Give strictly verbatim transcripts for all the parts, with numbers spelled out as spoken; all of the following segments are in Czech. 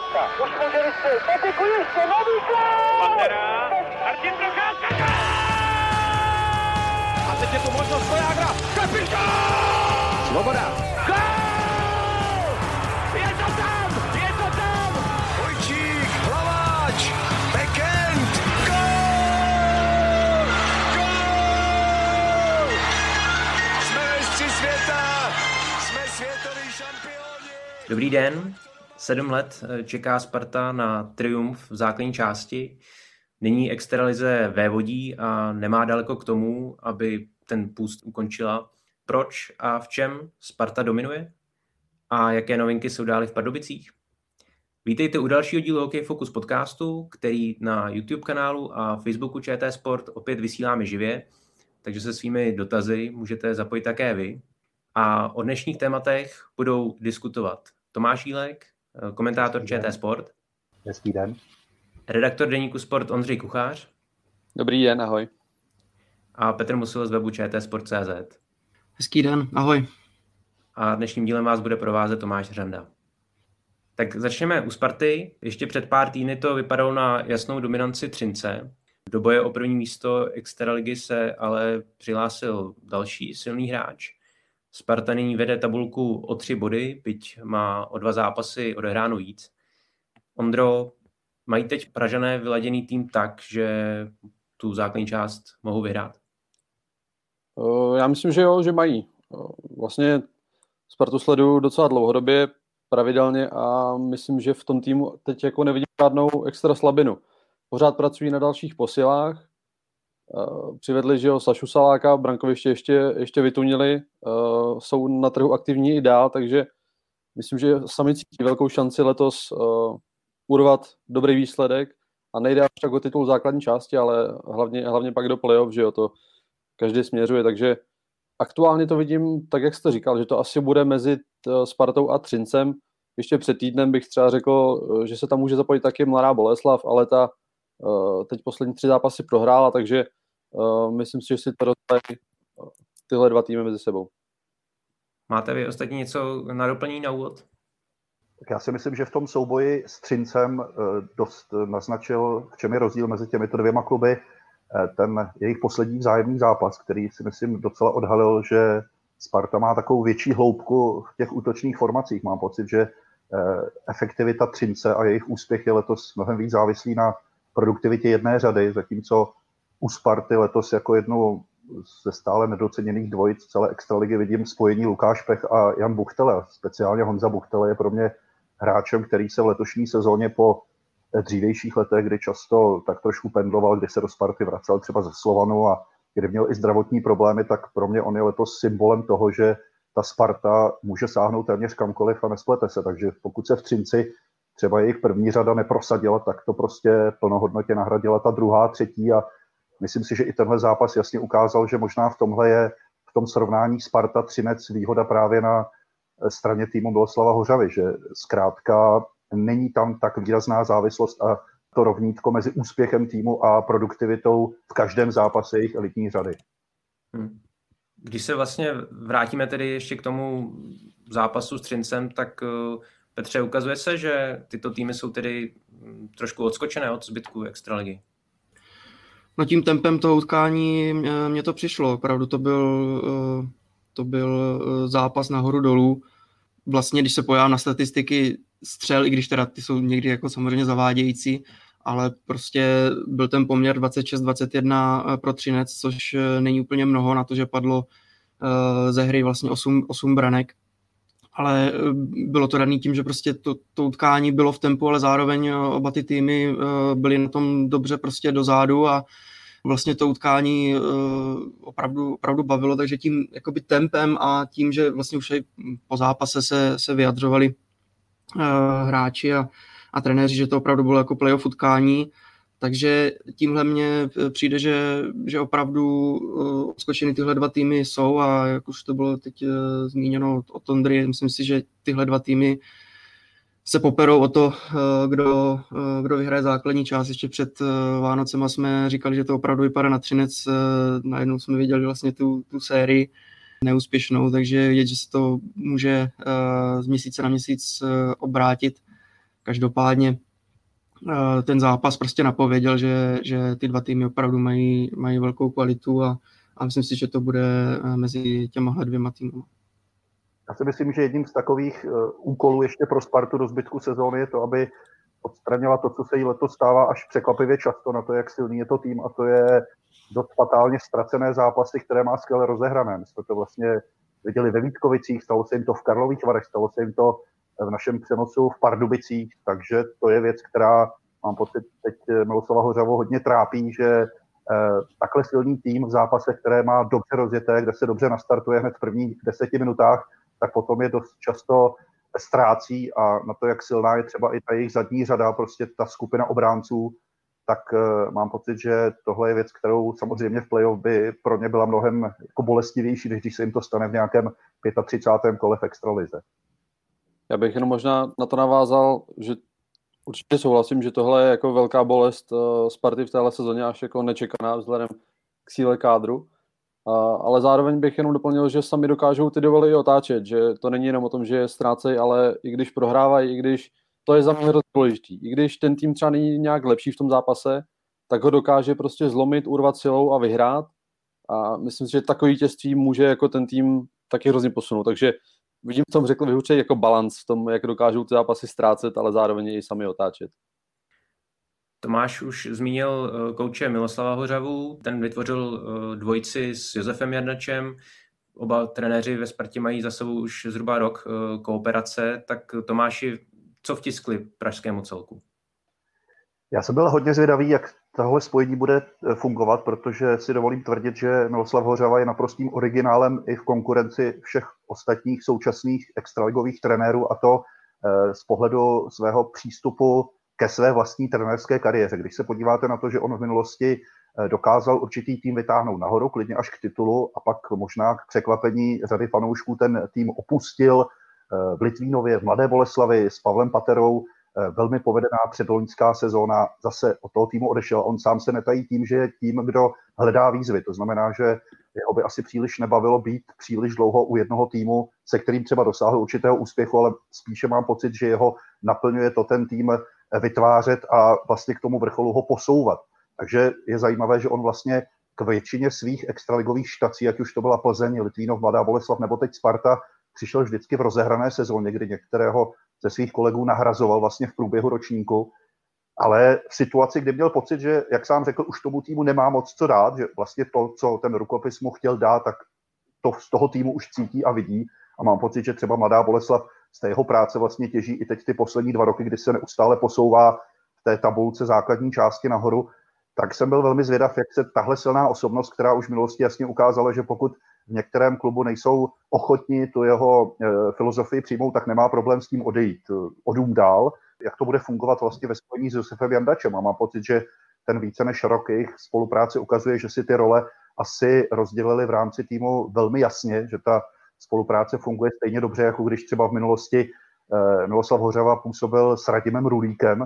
Už můželi jste, Patiku ještě, nový gól! Pantera, Martin Procházka! A teď je tu možnost Vojágra, kapitán! Svoboda! Gól! Je to tam, je to tam! Vojčík, Hlaváč, Bekend, gól! Gól! Jsme mistři světa, jsme světoví šampioni! Dobrý den. Sedm let čeká Sparta na triumf v základní části. Nyní extralize vévodí a nemá daleko k tomu, aby ten půst ukončila. Proč a v čem Sparta dominuje? A jaké novinky se udály v Pardubicích? Vítejte u dalšího dílu Hokej Focus podcastu, který na YouTube kanálu a Facebooku ČT Sport opět vysíláme živě, takže se svými dotazy můžete zapojit také vy. A o dnešních tématech budou diskutovat Tomáš Jílek, komentátor ČT Sport. Hezký den. Redaktor deníku Sport Ondřej Kuchář. Dobrý den, ahoj. A Petr Musil z webu ČT Sport tečka cé zet. Hezký den, ahoj. A dnešním dílem vás bude provázet Tomáš Řanda. Tak začneme u Sparty. Ještě před pár týdny to vypadalo na jasnou dominanci Třince. Do boje o první místo extraligy se ale přihlásil další silný hráč. Sparta nyní vede tabulku o tři body, byť má o dva zápasy odehráno víc. Ondro, mají teď Pražané vyladěný tým tak, že tu základní část mohou vyhrát? Já myslím, že jo, že mají. Vlastně Spartu sleduju docela dlouhodobě, pravidelně a myslím, že v tom týmu teď jako nevidím žádnou extra slabinu. Pořád pracují na dalších posilách. Přivedli, že jo, Sašu Saláka, brankoviště ještě, ještě vytunili, uh, jsou na trhu aktivní i dál, takže myslím, že sami cítí velkou šanci letos uh, urvat dobrý výsledek a nejde až tak o titul základní části, ale hlavně, hlavně pak do playoff, že jo, to každý směřuje, takže aktuálně to vidím tak, jak jste říkal, že to asi bude mezi Spartou a Třincem. Ještě před týdnem bych třeba řekl, že se tam může zapojit taky Mladá Boleslav, ale ta uh, teď poslední tři zápasy prohrála, takže Uh, myslím si, že si to rozdají tyhle dva týmy mezi sebou. Máte vy ostatní něco na doplnění na úvod? Tak já si myslím, že v tom souboji s Třincem uh, dost naznačil, v čem je rozdíl mezi těmito dvěma kluby. Uh, ten jejich poslední vzájemný zápas, který si myslím docela odhalil, že Sparta má takovou větší hloubku v těch útočných formacích. Mám pocit, že uh, efektivita Třince a jejich úspěch je letos mnohem víc závislý na produktivitě jedné řady, zatímco u Sparty letos jako jednou ze stále nedoceněných dvojic celé extraligy vidím spojení Lukáš Pech a Jan Buchtele. Speciálně Honza Buchtele je pro mě hráčem, který se v letošní sezóně po dřívějších letech, kdy často tak trošku pendloval, kdy se do Sparty vracel třeba ze Slovanu a kdy měl i zdravotní problémy, tak pro mě on je letos symbolem toho, že ta Sparta může sáhnout téměř kamkoliv a nesplete se. Takže pokud se v Třinci třeba jejich první řada neprosadila, tak to prostě plnohodnotně nahradila ta druhá, třetí a myslím si, že i tenhle zápas jasně ukázal, že možná v tomhle je v tom srovnání Sparta Třinec výhoda právě na straně týmu Boleslava Hořavy, že zkrátka není tam tak výrazná závislost a to rovnítko mezi úspěchem týmu a produktivitou v každém zápase jejich elitní řady. Hmm. Když se vlastně vrátíme tedy ještě k tomu zápasu s Třincem, tak Petře, ukazuje se, že tyto týmy jsou tedy trošku odskočené od zbytku extraligy. No tím tempem toho utkání mně to přišlo. Opravdu to byl, to byl zápas nahoru dolů. Vlastně, když se pojádám na statistiky střel, i když teda ty jsou někdy jako samozřejmě zavádějící, ale prostě byl ten poměr dvacet šest dvacet jedna pro Třinec, což není úplně mnoho na to, že padlo ze hry vlastně osm branek. Ale bylo to daný tím, že prostě to, to utkání bylo v tempu, ale zároveň oba ty týmy byly na tom dobře prostě dozadu a vlastně to utkání opravdu, opravdu bavilo, takže tím jakoby tempem a tím, že vlastně už po zápase se, se vyjadřovali hráči a, a trenéři, že to opravdu bylo jako playoff utkání, takže tímhle mně přijde, že, že opravdu odskočeny tyhle dva týmy jsou a jak už to bylo teď zmíněno od Ondry, myslím si, že tyhle dva týmy se poperou o to, kdo, kdo vyhraje základní část. Ještě před Vánocema jsme říkali, že to opravdu vypadá na Třinec. Najednou jsme viděli vlastně tu, tu sérii neúspěšnou, takže vidět, že se to může z měsíce na měsíc obrátit. V Každopádně ten zápas prostě napověděl, že, že ty dva týmy opravdu mají, mají velkou kvalitu a, a myslím si, že to bude mezi těmahle dvěma týmy. Já si myslím, že jedním z takových úkolů ještě pro Spartu do zbytku sezóny je to, aby odstranila to, co se jí letos stává až překvapivě často na to, jak silný je to tým, a to je dost fatálně ztracené zápasy, které má skvěle rozehrané. My jsme to vlastně viděli ve Vítkovicích, stalo se jim to v Karlových Varech, stalo se jim to v našem přenosu v Pardubicích, takže to je věc, která, mám pocit, teď Miloslava Hořavu hodně trápí, že eh, takhle silný tým v zápasech, které má dobře rozjeté, kde se dobře nastartuje hned v prvních deseti minutách, tak potom je dost často ztrácí, a na to, jak silná je třeba i ta jejich zadní řada, prostě ta skupina obránců, tak uh, mám pocit, že tohle je věc, kterou samozřejmě v playoff by pro ně byla mnohem jako bolestivější, než když se jim to stane v nějakém třicátém pátém kole v extralize. Já bych jenom možná na to navázal, že určitě souhlasím, že tohle je jako velká bolest uh, Sparty v téhle sezóně, až jako nečekaná vzhledem k síle kádru. Uh, ale zároveň bych jenom doplnil, že sami dokážou ty dovoly i otáčet, že to není jenom o tom, že ztrácejí, ale i když prohrávají, i když to je za mě hrozně důležitý. I když ten tým třeba není nějak lepší v tom zápase, tak ho dokáže prostě zlomit, urvat silou a vyhrát. A myslím si, že takový vítězství může jako ten tým taky hrozně posunout. Takže vidím v tom, řekl vyhučej, jako balans v tom, jak dokážou ty zápasy ztrácet, ale zároveň i sami otáčet. Tomáš už zmínil kouče Miloslava Hořavu, ten vytvořil dvojici s Josefem Jarnačem. Oba trenéři ve Spartě mají za sebou už zhruba rok kooperace, tak Tomáši, co vtiskli pražskému celku? Já jsem byl hodně zvědavý, jak tohle spojení bude fungovat, protože si dovolím tvrdit, že Miloslav Hořava je naprostým originálem i v konkurenci všech ostatních současných extraligových trenérů, a to z pohledu svého přístupu ke své vlastní trenérské kariéře. Když se podíváte na to, že on v minulosti dokázal určitý tým vytáhnout nahoru, klidně až k titulu, a pak možná k překvapení řady fanoušků ten tým opustil v Litvínově, v Mladé Boleslavi s Pavlem Paterou, velmi povedená předloňská sezóna, zase od toho týmu odešel. On sám se netají tím, že je tím, kdo hledá výzvy. To znamená, že jeho by asi příliš nebavilo být příliš dlouho u jednoho týmu, se kterým třeba dosáhl určitého úspěchu, ale spíše mám pocit, že jeho naplňuje to ten tým vytvářet a vlastně k tomu vrcholu ho posouvat. Takže je zajímavé, že on vlastně k většině svých extraligových štací, ať už to byla Plzeň, Litvínov, Mladá Boleslav nebo teď Sparta, přišel vždycky v rozehrané sezóně, kdy některého ze svých kolegů nahrazoval vlastně v průběhu ročníku, ale v situaci, kdy měl pocit, že, jak sám řekl, už tomu týmu nemá moc co dát, že vlastně to, co ten rukopis mu chtěl dát, tak to z toho týmu už cítí a vidí, a mám pocit, že třeba Mladá Boleslav z té jeho práce vlastně těží i teď ty poslední dva roky, kdy se neustále posouvá v té tabulce základní části nahoru. Tak jsem byl velmi zvědav, jak se tahle silná osobnost, která už v minulosti jasně ukázala, že pokud v některém klubu nejsou ochotní tu jeho e, filozofii přijmout, tak nemá problém s tím odejít o dům dál. Jak to bude fungovat vlastně ve spojení s Josefem Jandačem? A mám pocit, že ten více než rok jejich spolupráce ukazuje, že si ty role asi rozdělili v rámci týmu velmi jasně, že ta spolupráce funguje stejně dobře, jako když třeba v minulosti e, Miloslav Hořava působil s Radimem Rulíkem,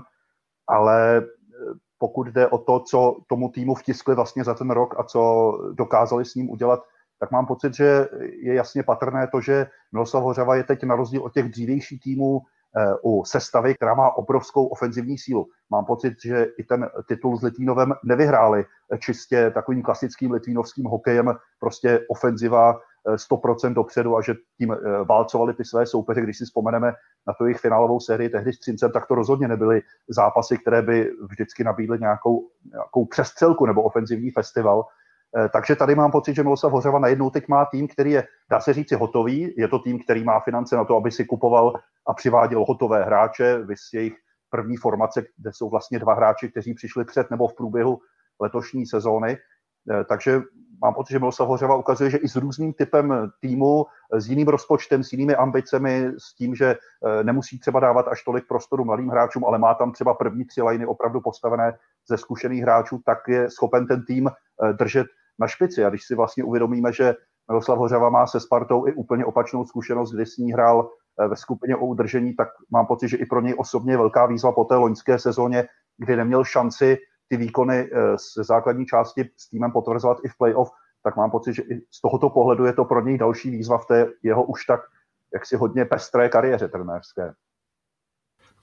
ale pokud jde o to, co tomu týmu vtiskli vlastně za ten rok a co dokázali s ním udělat, tak mám pocit, že je jasně patrné to, že Miloslav Hořava je teď na rozdíl od těch dřívějších týmů u sestavy, která má obrovskou ofenzivní sílu. Mám pocit, že i ten titul s Litvínovem nevyhráli čistě takovým klasickým litvínovským hokejem, prostě ofenziva sto procent dopředu a že tím válcovali ty své soupeře. Když si vzpomeneme na tu jejich finálovou sérii tehdy s Třincem, tak to rozhodně nebyly zápasy, které by vždycky nabídly nějakou, nějakou přestřelku nebo ofenzivní festival. Takže tady mám pocit, že Miloslav Hořava najednou teď má tým, který je, dá se říci, hotový. Je to tým, který má finance na to, aby si kupoval a přiváděl hotové hráče, vys jejich první formace, kde jsou vlastně dva hráči, kteří přišli před nebo v průběhu letošní sezóny. Takže mám pocit, že Miloslav Hořava ukazuje, že i s různým typem týmu, s jiným rozpočtem, s jinými ambicemi, s tím, že nemusí třeba dávat až tolik prostoru mladým hráčům, ale má tam třeba první tři lajny opravdu postavené ze zkušených hráčů, tak je schopen ten tým držet na špici. A když si vlastně uvědomíme, že Miloslav Hořava má se Spartou i úplně opačnou zkušenost, kdy s ní hrál ve skupině o udržení, tak mám pocit, že i pro něj osobně je velká výzva po té loňské sezóně, kdy neměl šanci ty výkony z základní části s týmem potvrzovat i v playoff, tak mám pocit, že i z tohoto pohledu je to pro něj další výzva v té jeho už tak jaksi hodně pestré kariéře trenérské.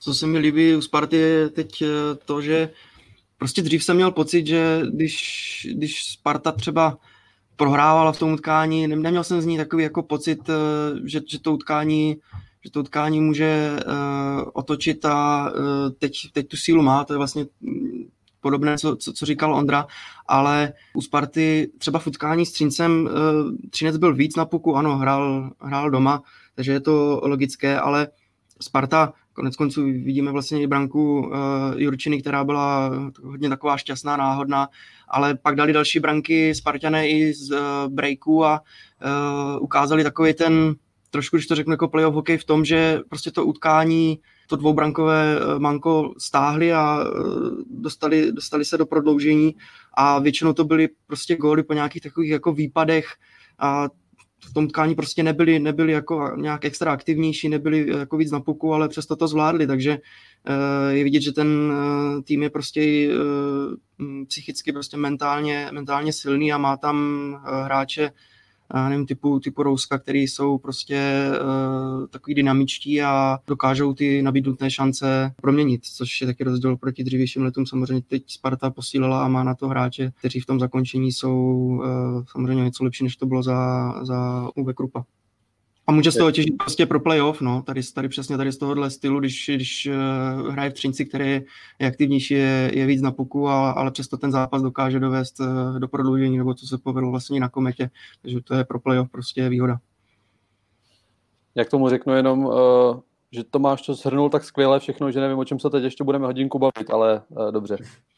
Co se mi líbí u Sparty je teď to, že prostě dřív jsem měl pocit, že když, když Sparta třeba prohrávala v tom utkání, neměl jsem z ní takový jako pocit, že, že to utkání že to utkání může uh, otočit a uh, teď, teď tu sílu má, to je vlastně podobné, co, co, co říkal Ondra, ale u Sparty třeba v utkání s Třincem uh, Třinec byl víc na puku, ano, hrál, hrál doma, takže je to logické, ale Sparta, konec konců vidíme vlastně i branku uh, Jurčiny, která byla hodně taková šťastná, náhodná, ale pak dali další branky Spartané i z uh, breaku a uh, ukázali takový ten trošku, když to řeknu jako playoff hokej v tom, že prostě to utkání, to dvoubrankové manko stáhli a dostali, dostali se do prodloužení a většinou to byly prostě góly po nějakých takových jako výpadech a v tom utkání prostě nebyli, nebyli jako nějak extra aktivnější, nebyli jako víc na puku, ale přesto to zvládli, takže je vidět, že ten tým je prostě psychicky prostě mentálně, mentálně silný a má tam hráče nevím, typu, typu Rouska, který jsou prostě uh, takový dynamičtí a dokážou ty nabídnuté šance proměnit, což je taky rozdíl proti dřívějším letům. Samozřejmě teď Sparta posílila a má na to hráče, kteří v tom zakončení jsou uh, samozřejmě něco lepší, než to bylo za, za U V Krupa. A může z toho těžit prostě pro playoff, no, tady, tady přesně tady z tohohle stylu, když, když uh, hraje v Třinci, který je aktivnější, je, je víc na puku, a, ale přesto ten zápas dokáže dovést uh, do prodloužení, nebo co se povedlo vlastně na Kometě, takže to je pro playoff prostě výhoda. Jak tomu řeknu jenom, uh, že Tomáš to shrnul tak skvěle všechno, že nevím, o čem se teď ještě budeme hodinku bavit, ale uh, dobře.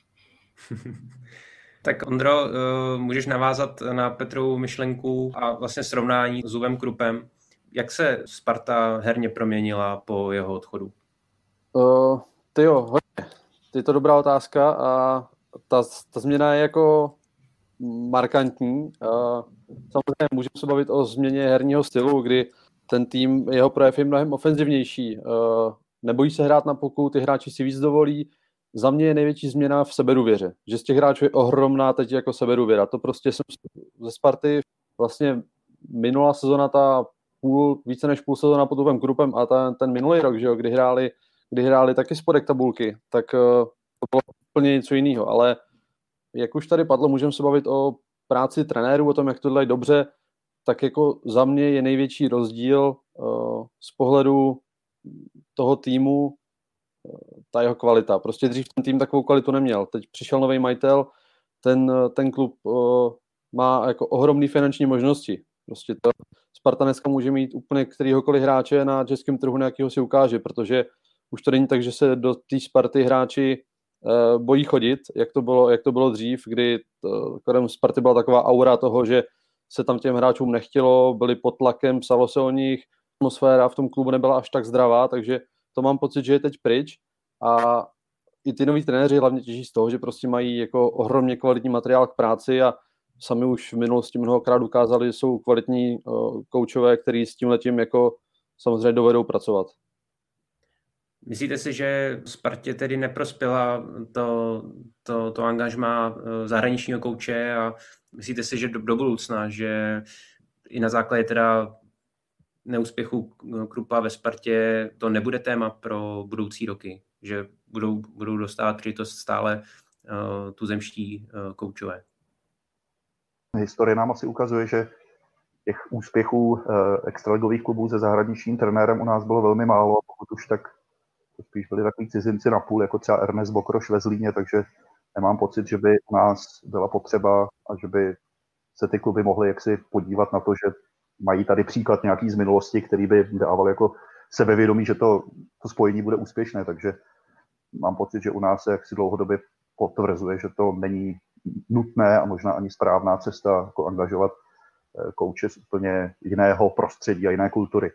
Tak Ondro, uh, můžeš navázat na Petrovu myšlenku a vlastně srovnání s U V Krupem. Jak se Sparta herně proměnila po jeho odchodu? Uh, ty jo, hodně. Je to dobrá otázka a ta, ta změna je jako markantní. Uh, samozřejmě můžeme se bavit o změně herního stylu, kdy ten tým, jeho projev je mnohem ofenzivnější. Uh, nebojí se hrát na puku, ty hráči si víc dovolí. Za mě je největší změna v sebedůvěře. Že z těch hráčů je ohromná teď jako sebedůvěra. To prostě jsem ze Sparty vlastně minulá sezona ta půl, více než půl sezona pod U V Krupem a ten, ten minulý rok, že jo, kdy hráli, kdy hráli taky spodek tabulky, tak uh, to bylo úplně něco jiného, ale jak už tady padlo, můžeme se bavit o práci trenérů, o tom, jak to dělají dobře, tak jako za mě je největší rozdíl uh, z pohledu toho týmu uh, ta jeho kvalita. Prostě dřív ten tým takovou kvalitu neměl. Teď přišel nový majitel, ten, ten klub uh, má jako ohromné finanční možnosti. Prostě to Sparta dneska může mít úplně kterýhokoliv hráče na českém trhu, nějakého si ukáže, protože už to není tak, že se do té Sparty hráči uh, bojí chodit, jak to bylo, jak to bylo dřív, kdy to, kolem Sparty byla taková aura toho, že se tam těm hráčům nechtělo, byli pod tlakem, psalo se o nich, atmosféra v tom klubu nebyla až tak zdravá, takže to mám pocit, že je teď pryč a i ty noví trenéři hlavně těží z toho, že prostě mají jako ohromně kvalitní materiál k práci a sami už v minulosti mnohokrát ukázali, že jsou kvalitní uh, koučové, kteří s tímhletím jako samozřejmě dovedou pracovat. Myslíte si, že Spartě tedy neprospěla to, to, to angažmá zahraničního kouče a myslíte si, že do, do budoucna, že i na základě teda neúspěchu Krupa ve Spartě to nebude téma pro budoucí roky, že budou, budou dostávat příležitost stále uh, tuzemští uh, koučové? Historie nám asi ukazuje, že těch úspěchů uh, extraligových klubů se zahraničním trenérem u nás bylo velmi málo, pokud už tak to spíš byli takový cizinci na půl, jako třeba Ernest Bokroš ve Zlíně, takže nemám pocit, že by u nás byla potřeba a že by se ty kluby mohly jaksi podívat na to, že mají tady příklad nějaký z minulosti, který by dával jako sebevědomí, že to, to spojení bude úspěšné, takže mám pocit, že u nás se jaksi dlouhodobě potvrzuje, že to není nutné a možná ani správná cesta jako angažovat kouče z úplně jiného prostředí a jiné kultury.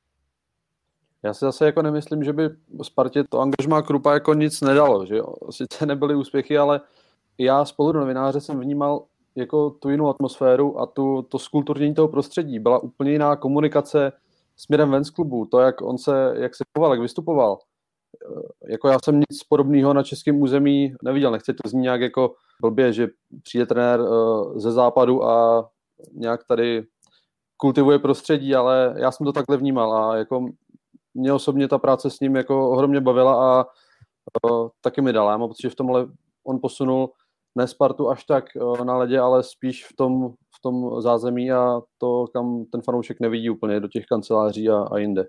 Já si zase jako nemyslím, že by Spartě to angažmá Krupa jako nic nedalo, že jo? Sice nebyly úspěchy, ale já z pohledu novináře jsem vnímal jako tu jinou atmosféru a tu, to skulturnění toho prostředí. Byla úplně jiná komunikace směrem ven z klubu, to, jak on se, jak se choval, jak vystupoval. Jako já jsem nic podobného na českém území neviděl, nechci to znít nějak jako blbě, že přijde trenér ze západu a nějak tady kultivuje prostředí, ale já jsem to takhle vnímal a jako mě osobně ta práce s ním jako ohromně bavila a uh, taky mi dala. Já mám pocit, že v tomhle on posunul ne Spartu až tak uh, na ledě, ale spíš v tom, v tom zázemí a to, kam ten fanoušek nevidí úplně, do těch kanceláří a, a jinde.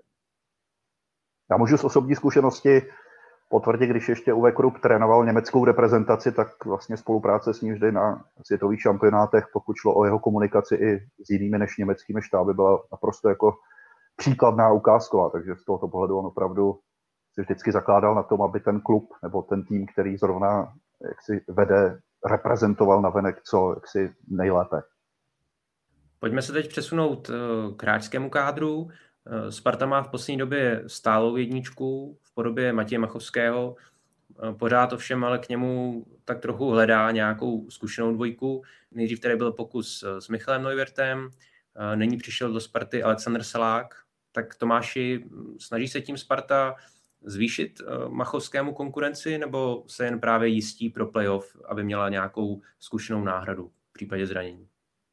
Já můžu z osobní zkušenosti potvrdit, když ještě Uwe Krupp trénoval německou reprezentaci, tak vlastně spolupráce s ním vždy na světových šampionátech, pokud šlo o jeho komunikaci i s jinými než německými štáby, byla naprosto jako příkladná ukázková, takže z tohoto pohledu on opravdu si vždycky zakládal na tom, aby ten klub nebo ten tým, který zrovna jak si vede, reprezentoval navenek co jaksi nejlépe. Pojďme se teď přesunout k hráčskému kádru. Sparta má v poslední době stálou jedničku v podobě Matěje Machovského. Pořád ovšem ale k němu tak trochu hledá nějakou zkušenou dvojku. Nejdřív tady byl pokus s Michalem Neuwirtem, nyní přišel do Sparty Alexander Salák. Tak Tomáši, snaží se tím Sparta zvýšit Machovskému konkurenci, nebo se jen právě jistí pro playoff, aby měla nějakou zkušenou náhradu v případě zranění?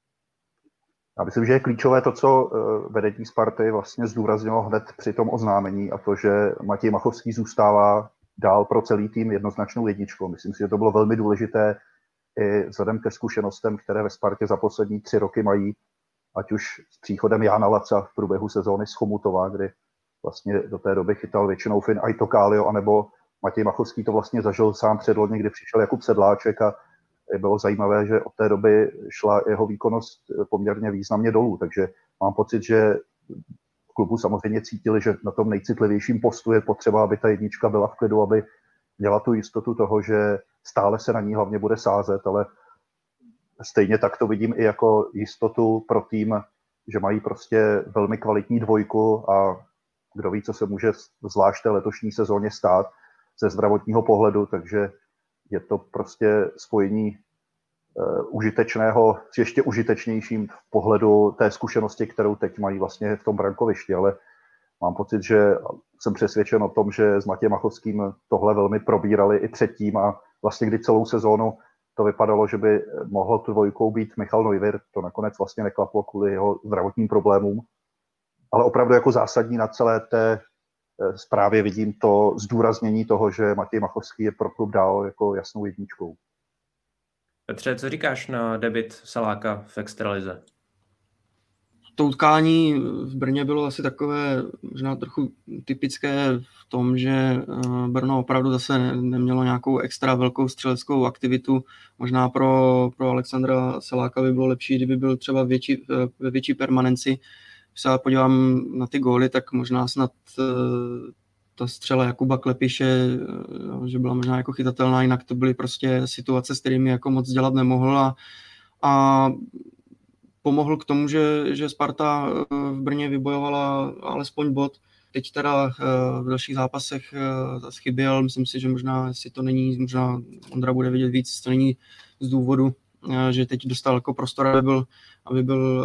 Já myslím, že je klíčové to, co vedení Sparty vlastně zdůraznilo hned při tom oznámení, a to, že Matěj Machovský zůstává dál pro celý tým jednoznačnou jedničkou. Myslím si, že to bylo velmi důležité i vzhledem ke zkušenostem, které ve Spartě za poslední tři roky mají, ať už s příchodem Jána Laca v průběhu sezóny z Chomutova, kdy vlastně do té doby chytal většinou Finn Aito Kallio, anebo Matěj Machovský to vlastně zažil sám předloni, kdy přišel Jakub Sedláček a bylo zajímavé, že od té doby šla jeho výkonnost poměrně významně dolů, takže mám pocit, že v klubu samozřejmě cítili, že na tom nejcitlivějším postu je potřeba, aby ta jednička byla v klidu, aby měla tu jistotu toho, že stále se na ní hlavně bude sázet, ale stejně tak to vidím i jako jistotu pro tým, že mají prostě velmi kvalitní dvojku a kdo ví, co se může zvlášť té letošní sezóně stát ze zdravotního pohledu, takže je to prostě spojení uh, užitečného s ještě užitečnějším v pohledu té zkušenosti, kterou teď mají vlastně v tom brankovišti, ale mám pocit, že jsem přesvědčen o tom, že s Matějem Machovským tohle velmi probírali i předtím a vlastně kdy celou sezónu to vypadalo, že by mohl tu dvojkou být Michal Neuwirth, to nakonec vlastně neklaplo kvůli jeho zdravotním problémům, ale opravdu jako zásadní na celé té zprávě vidím to zdůraznění toho, že Matěj Machovský je pro klub dál jako jasnou jedničkou. Petře, co říkáš na debut Saláka v extralize? To utkání v Brně bylo asi takové možná trochu typické v tom, že Brno opravdu zase nemělo nějakou extra velkou střeleckou aktivitu. Možná pro, pro Alexandra Saláka by bylo lepší, kdyby byl třeba větší, ve větší permanenci. Když se podívám na ty góly, tak možná snad ta střela Jakuba Klepiše, že byla možná jako chytatelná, jinak to byly prostě situace, s kterými jako moc dělat nemohl a, a pomohl k tomu, že, že Sparta v Brně vybojovala alespoň bod. Teď teda v dalších zápasech zase chyběl, myslím si, že možná, jestli to není, možná Ondra bude vědět víc, to není z důvodu, že teď dostal jako prostor, aby byl, aby byl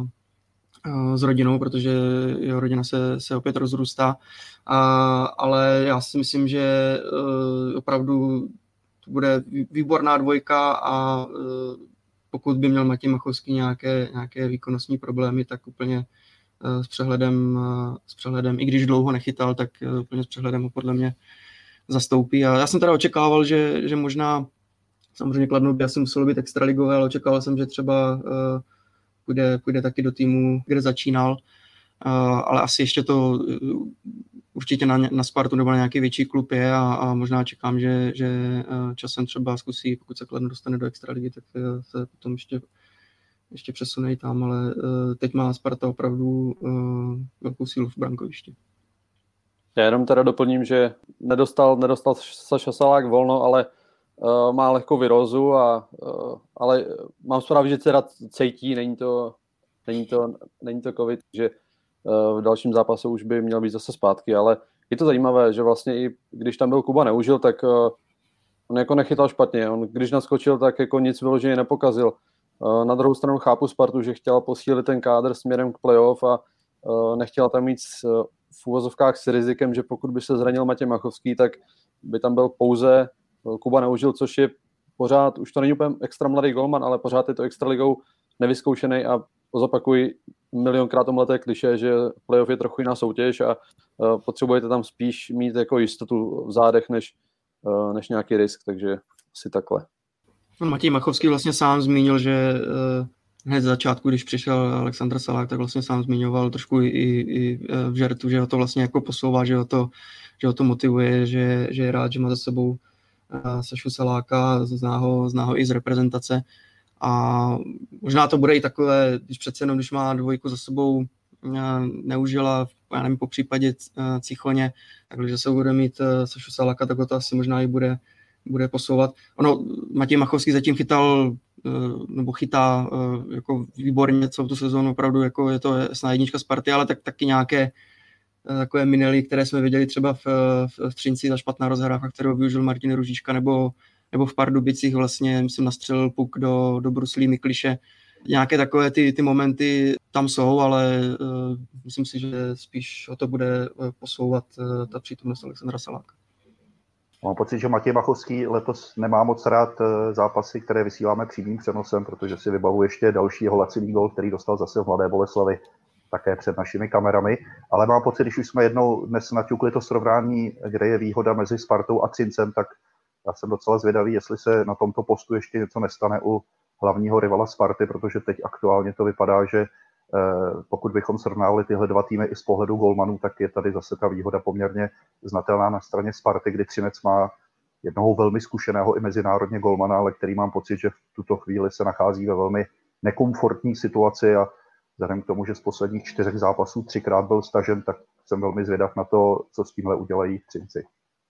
s rodinou, protože jeho rodina se, se opět rozrůstá, a, ale já si myslím, že uh, opravdu to bude výborná dvojka a uh, pokud by měl Matěj Machovský nějaké, nějaké výkonnostní problémy, tak úplně uh, s přehledem, uh, s přehledem, i když dlouho nechytal, tak uh, úplně s přehledem ho podle mě zastoupí. A já jsem teda očekával, že, že možná samozřejmě Kladno by asi muselo být extraligové, ale očekával jsem, že třeba uh, Půjde, půjde taky do týmu, kde začínal, uh, ale asi ještě to uh, určitě na, na Spartu nebo na nějaký větší klub je a, a možná čekám, že, že uh, časem třeba zkusí, pokud se Kladno dostane do extraligy, tak uh, se potom ještě, ještě přesune i tam, ale uh, teď má Sparta opravdu uh, velkou sílu v brankovišti. Já jenom teda doplním, že nedostal, nedostal Saša Salák volno, ale Uh, má lehkou virózu, a, uh, ale mám zprávy, že teda cítí, není to, není to, není to covid, že uh, v dalším zápase už by měl být zase zpátky, ale je to zajímavé, že vlastně i když tam byl Kuba Neužil, tak uh, on jako nechytal špatně, on když naskočil, tak jako nic vyloženě nepokazil. Uh, na druhou stranu chápu Spartu, že chtěla posílit ten kádr směrem k playoff a uh, nechtěla tam mít uh, v úvozovkách s rizikem, že pokud by se zranil Matěj Machovský, tak by tam byl pouze Kuba Neužil, což je pořád, už to není úplně extra mladý golman, ale pořád je to extraligou nevyzkoušený a zopakuji, milionkrát omleté klišé, že playoff je trochu jiná soutěž a uh, potřebujete tam spíš mít jako jistotu v zádech, než, uh, než nějaký risk, takže asi takhle. Matěj Machovský vlastně sám zmínil, že uh, hned z začátku, když přišel Alexandr Salák, tak vlastně sám zmiňoval trošku i, i v žertu, že ho to vlastně jako posouvá, že ho to, že ho to motivuje, že, že je rád, že má za sebou uh, Sašu Saláka, zná ho, zná ho i z reprezentace. A možná to bude i takové, když přece jenom, když má dvojku za sebou, neužila, já nevím, po případě Cichoně, takže se bude mít Sašu Saláka, tak to asi možná i bude, bude posouvat. Ono, Matěj Machovský zatím chytal, nebo chytá jako výborně celou tu sezónu, opravdu jako je to jasná jednička Sparty, ale tak taky nějaké takové minely, které jsme viděli třeba v, v, v Třinci, ta špatná rozhrávka, kterou využil Martin Růžička, nebo nebo v Pardubicích vlastně, myslím, nastřelil puk do, do Bruslí Mikliše. Nějaké takové ty, ty momenty tam jsou, ale uh, myslím si, že spíš o to bude posouvat uh, ta přítomnost Alexandra Saláka. Mám pocit, že Matěj Machovský letos nemá moc rád zápasy, které vysíláme přímým přenosem, protože si vybavu ještě dalšího laciný gól, který dostal zase v Mladé Boleslavi, také před našimi kamerami. Ale mám pocit, když už jsme jednou dnes naťukli to srovnání, kde je výhoda mezi Spartou a Třincem, tak já jsem docela zvědavý, jestli se na tomto postu ještě něco nestane u hlavního rivala Sparty, protože teď aktuálně to vypadá, že pokud bychom srovnali tyhle dva týmy i z pohledu golmanů, tak je tady zase ta výhoda poměrně znatelná na straně Sparty, kdy Třinec má jednoho velmi zkušeného i mezinárodně golmana, ale který mám pocit, že v tuto chvíli se nachází ve velmi nekomfortní situaci a vzhledem k tomu, že z posledních čtyřech zápasů třikrát byl stažen, tak jsem velmi zvědav na to, co s tímhle udělají v Třinci.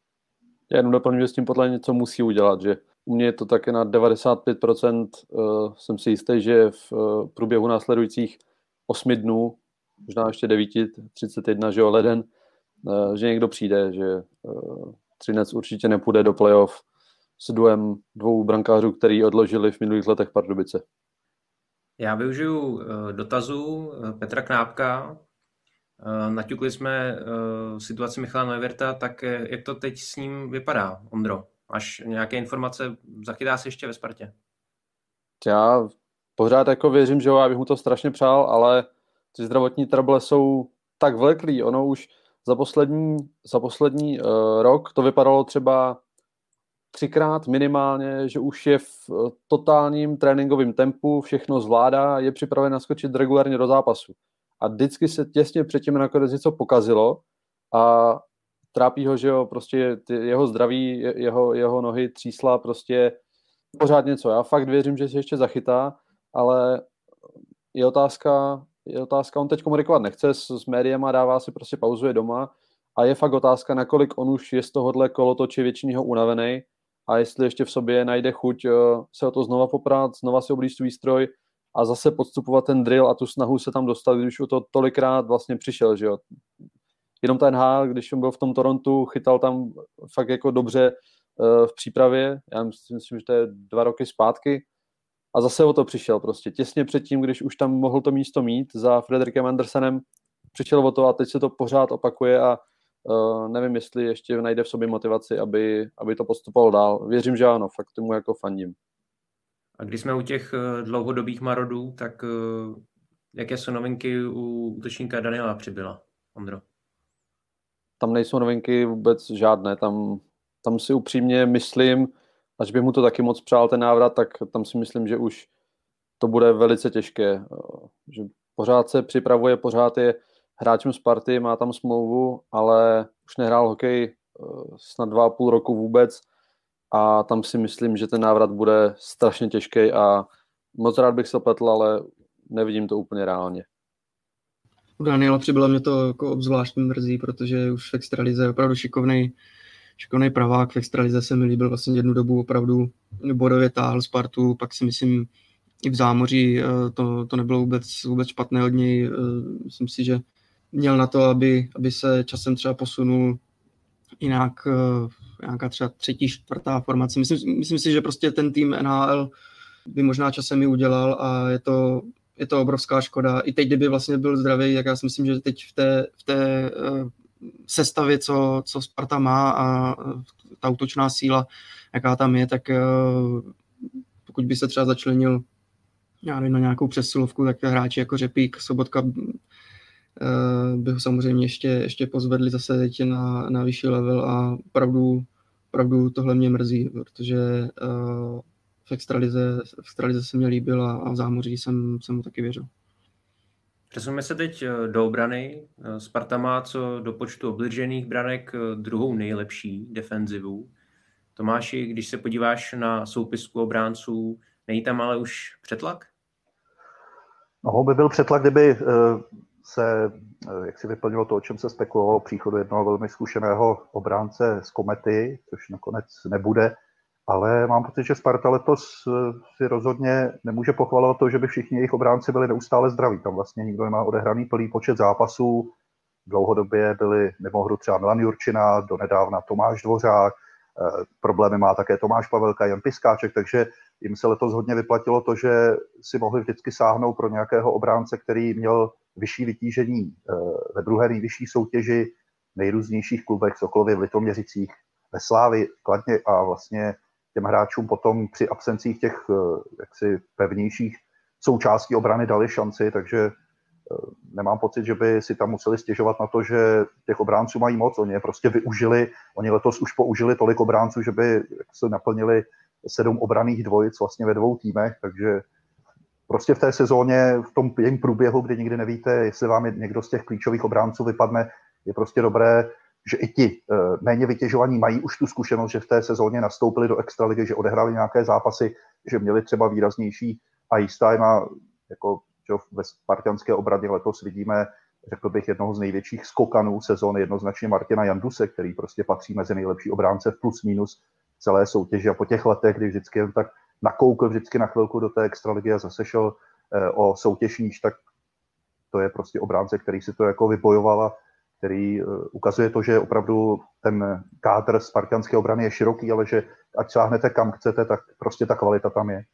Já jenom doplním, že s tím podle mě něco musí udělat, že u mě je to také na devadesát pět procent, uh, jsem si jistý, že v uh, průběhu následujících osmi dnů, možná ještě devíti, třicet jedna, že jo, leden, uh, že někdo přijde, že uh, Třinec určitě nepůjde do playoff s duem dvou brankářů, který odložili v minulých letech Pardubice. Já využiju uh, dotazu uh, Petra Knápka. Uh, naťukli jsme uh, situaci Michala Neuwirta, tak uh, jak to teď s ním vypadá, Ondro? Máš nějaké informace, zachytá se ještě ve Spartě? Já pořád jako věřím, že jo, já bych mu to strašně přál, ale ty zdravotní trable jsou tak vleklý. Ono už za poslední, za poslední uh, rok to vypadalo třeba třikrát minimálně, že už je v uh, totálním tréninkovém tempu, všechno zvládá, je připraven naskočit regulárně do zápasu. A vždycky se těsně předtím nakonec něco pokazilo a trápí ho, že jo, prostě ty, jeho zdraví, jeho, jeho nohy, třísla, prostě pořád něco. Já fakt věřím, že se ještě zachytá, ale je otázka, je otázka, on teď komunikovat nechce s, s médiema, dává si prostě pauzuje doma a je fakt otázka, nakolik on už je z tohohle kolotoče většiního unavený a jestli ještě v sobě najde chuť se o to znova poprat, znova si oblíct výstroj a zase podstupovat ten drill a tu snahu se tam dostat, když už o to tolikrát vlastně přišel, že jo. Jenom ten N H L, když on byl v tom Torontu, chytal tam fakt jako dobře uh, v přípravě, já myslím, že to je dva roky zpátky a zase o to přišel prostě. Těsně předtím, když už tam mohl to místo mít za Frederikem Andersenem, přišel o to a teď se to pořád opakuje a uh, nevím, jestli ještě najde v sobě motivaci, aby, aby to postupoval dál. Věřím, že ano, fakt tomu jako fandím. A když jsme u těch dlouhodobých marodů, tak uh, jaké jsou novinky u útočníka Daniela Přibyla, Ondro? Tam nejsou novinky vůbec žádné, tam, tam si upřímně myslím, až bych mu to taky moc přál ten návrat, tak tam si myslím, že už to bude velice těžké, že pořád se připravuje, pořád je hráčem Sparty, má tam smlouvu, ale už nehrál hokej snad dva a půl roku vůbec a tam si myslím, že ten návrat bude strašně těžký a moc rád bych se pletl, ale nevidím to úplně reálně. U Daniela Přibyla mě to jako obzvlášť mrzí, protože už v extralize je opravdu šikovnej, šikovnej pravák. V extralize se mi líbil vlastně jednu dobu opravdu bodově táhl Spartu, pak si myslím i v zámoří to, to nebylo vůbec, vůbec špatné od něj. Myslím si, že měl na to, aby, aby se časem třeba posunul jinak, nějaká třeba třetí, čtvrtá formace. Myslím, myslím si, že prostě ten tým N H L by možná časem i udělal a je to Je to obrovská škoda. I teď, kdyby vlastně byl zdravý, jak já si myslím, že teď v té, v té uh, sestavě, co, co Sparta má a uh, ta útočná síla, jaká tam je, tak uh, pokud by se třeba začlenil Já nevím, na nějakou přesilovku, tak hráči jako Řepík, Sobotka by ho samozřejmě ještě, ještě pozvedli zase teď na, na vyšší level a opravdu, opravdu tohle mě mrzí, protože uh, v extralize, v extralize se mě líbil a, a v zámoří jsem, jsem mu taky věřil. Přesuneme se teď do obrany. Sparta má co do počtu obdržených branek druhou nejlepší defenzivu. Tomáši, když se podíváš na soupisku obránců, není tam ale už přetlak? No, by byl přetlak, kdyby se, jak si vyplnilo to, o čem se spekulovalo, příchodu jednoho velmi zkušeného obránce z Komety, což nakonec nebude. Ale mám pocit, že Sparta letos si rozhodně nemůže pochvalovat to, že by všichni jejich obránci byli neustále zdraví. Tam vlastně nikdo nemá odehraný plný počet zápasů. Dlouhodobě byli mimo hru třeba Milan Jurčina, donedávna Tomáš Dvořák, problémy má také Tomáš Pavelka, Jan Piskáček, takže jim se letos hodně vyplatilo to, že si mohli vždycky sáhnout pro nějakého obránce, který měl vyšší vytížení ve druhé nejvyšší soutěži v nejrůznějších klubech, Sokolově, v Litoměřicích, ve Slávi, Kladně a vlastně těm hráčům potom při absencích těch jaksi pevnějších součástí obrany dali šanci, takže nemám pocit, že by si tam museli stěžovat na to, že těch obránců mají moc. Oni je prostě využili, oni letos už použili tolik obránců, že by se naplnili sedm obranných dvojic vlastně ve dvou týmech, takže prostě v té sezóně, v tom jejím průběhu, kdy nikdy nevíte, jestli vám někdo z těch klíčových obránců vypadne, je prostě dobré, že i ti méně vytěžovaní mají už tu zkušenost, že v té sezóně nastoupili do extraligy, že odehráli nějaké zápasy, že měli třeba výraznější ice time a jako že ve spartanské obraně letos vidíme, řekl bych, jednoho z největších skokanů sezóny, jednoznačně Martina Janduse, který prostě patří mezi nejlepší obránce v plus minus celé soutěže a po těch letech, kdy vždycky jen tak nakoukl vždycky na chvilku do té extraligy a zase šel o soutěž níž, tak to je prostě obránce, který si to jako vybojoval a který ukazuje to, že opravdu ten kádr spartanské obrany je široký, ale že ať sáhnete kam chcete, tak prostě ta kvalita tam je.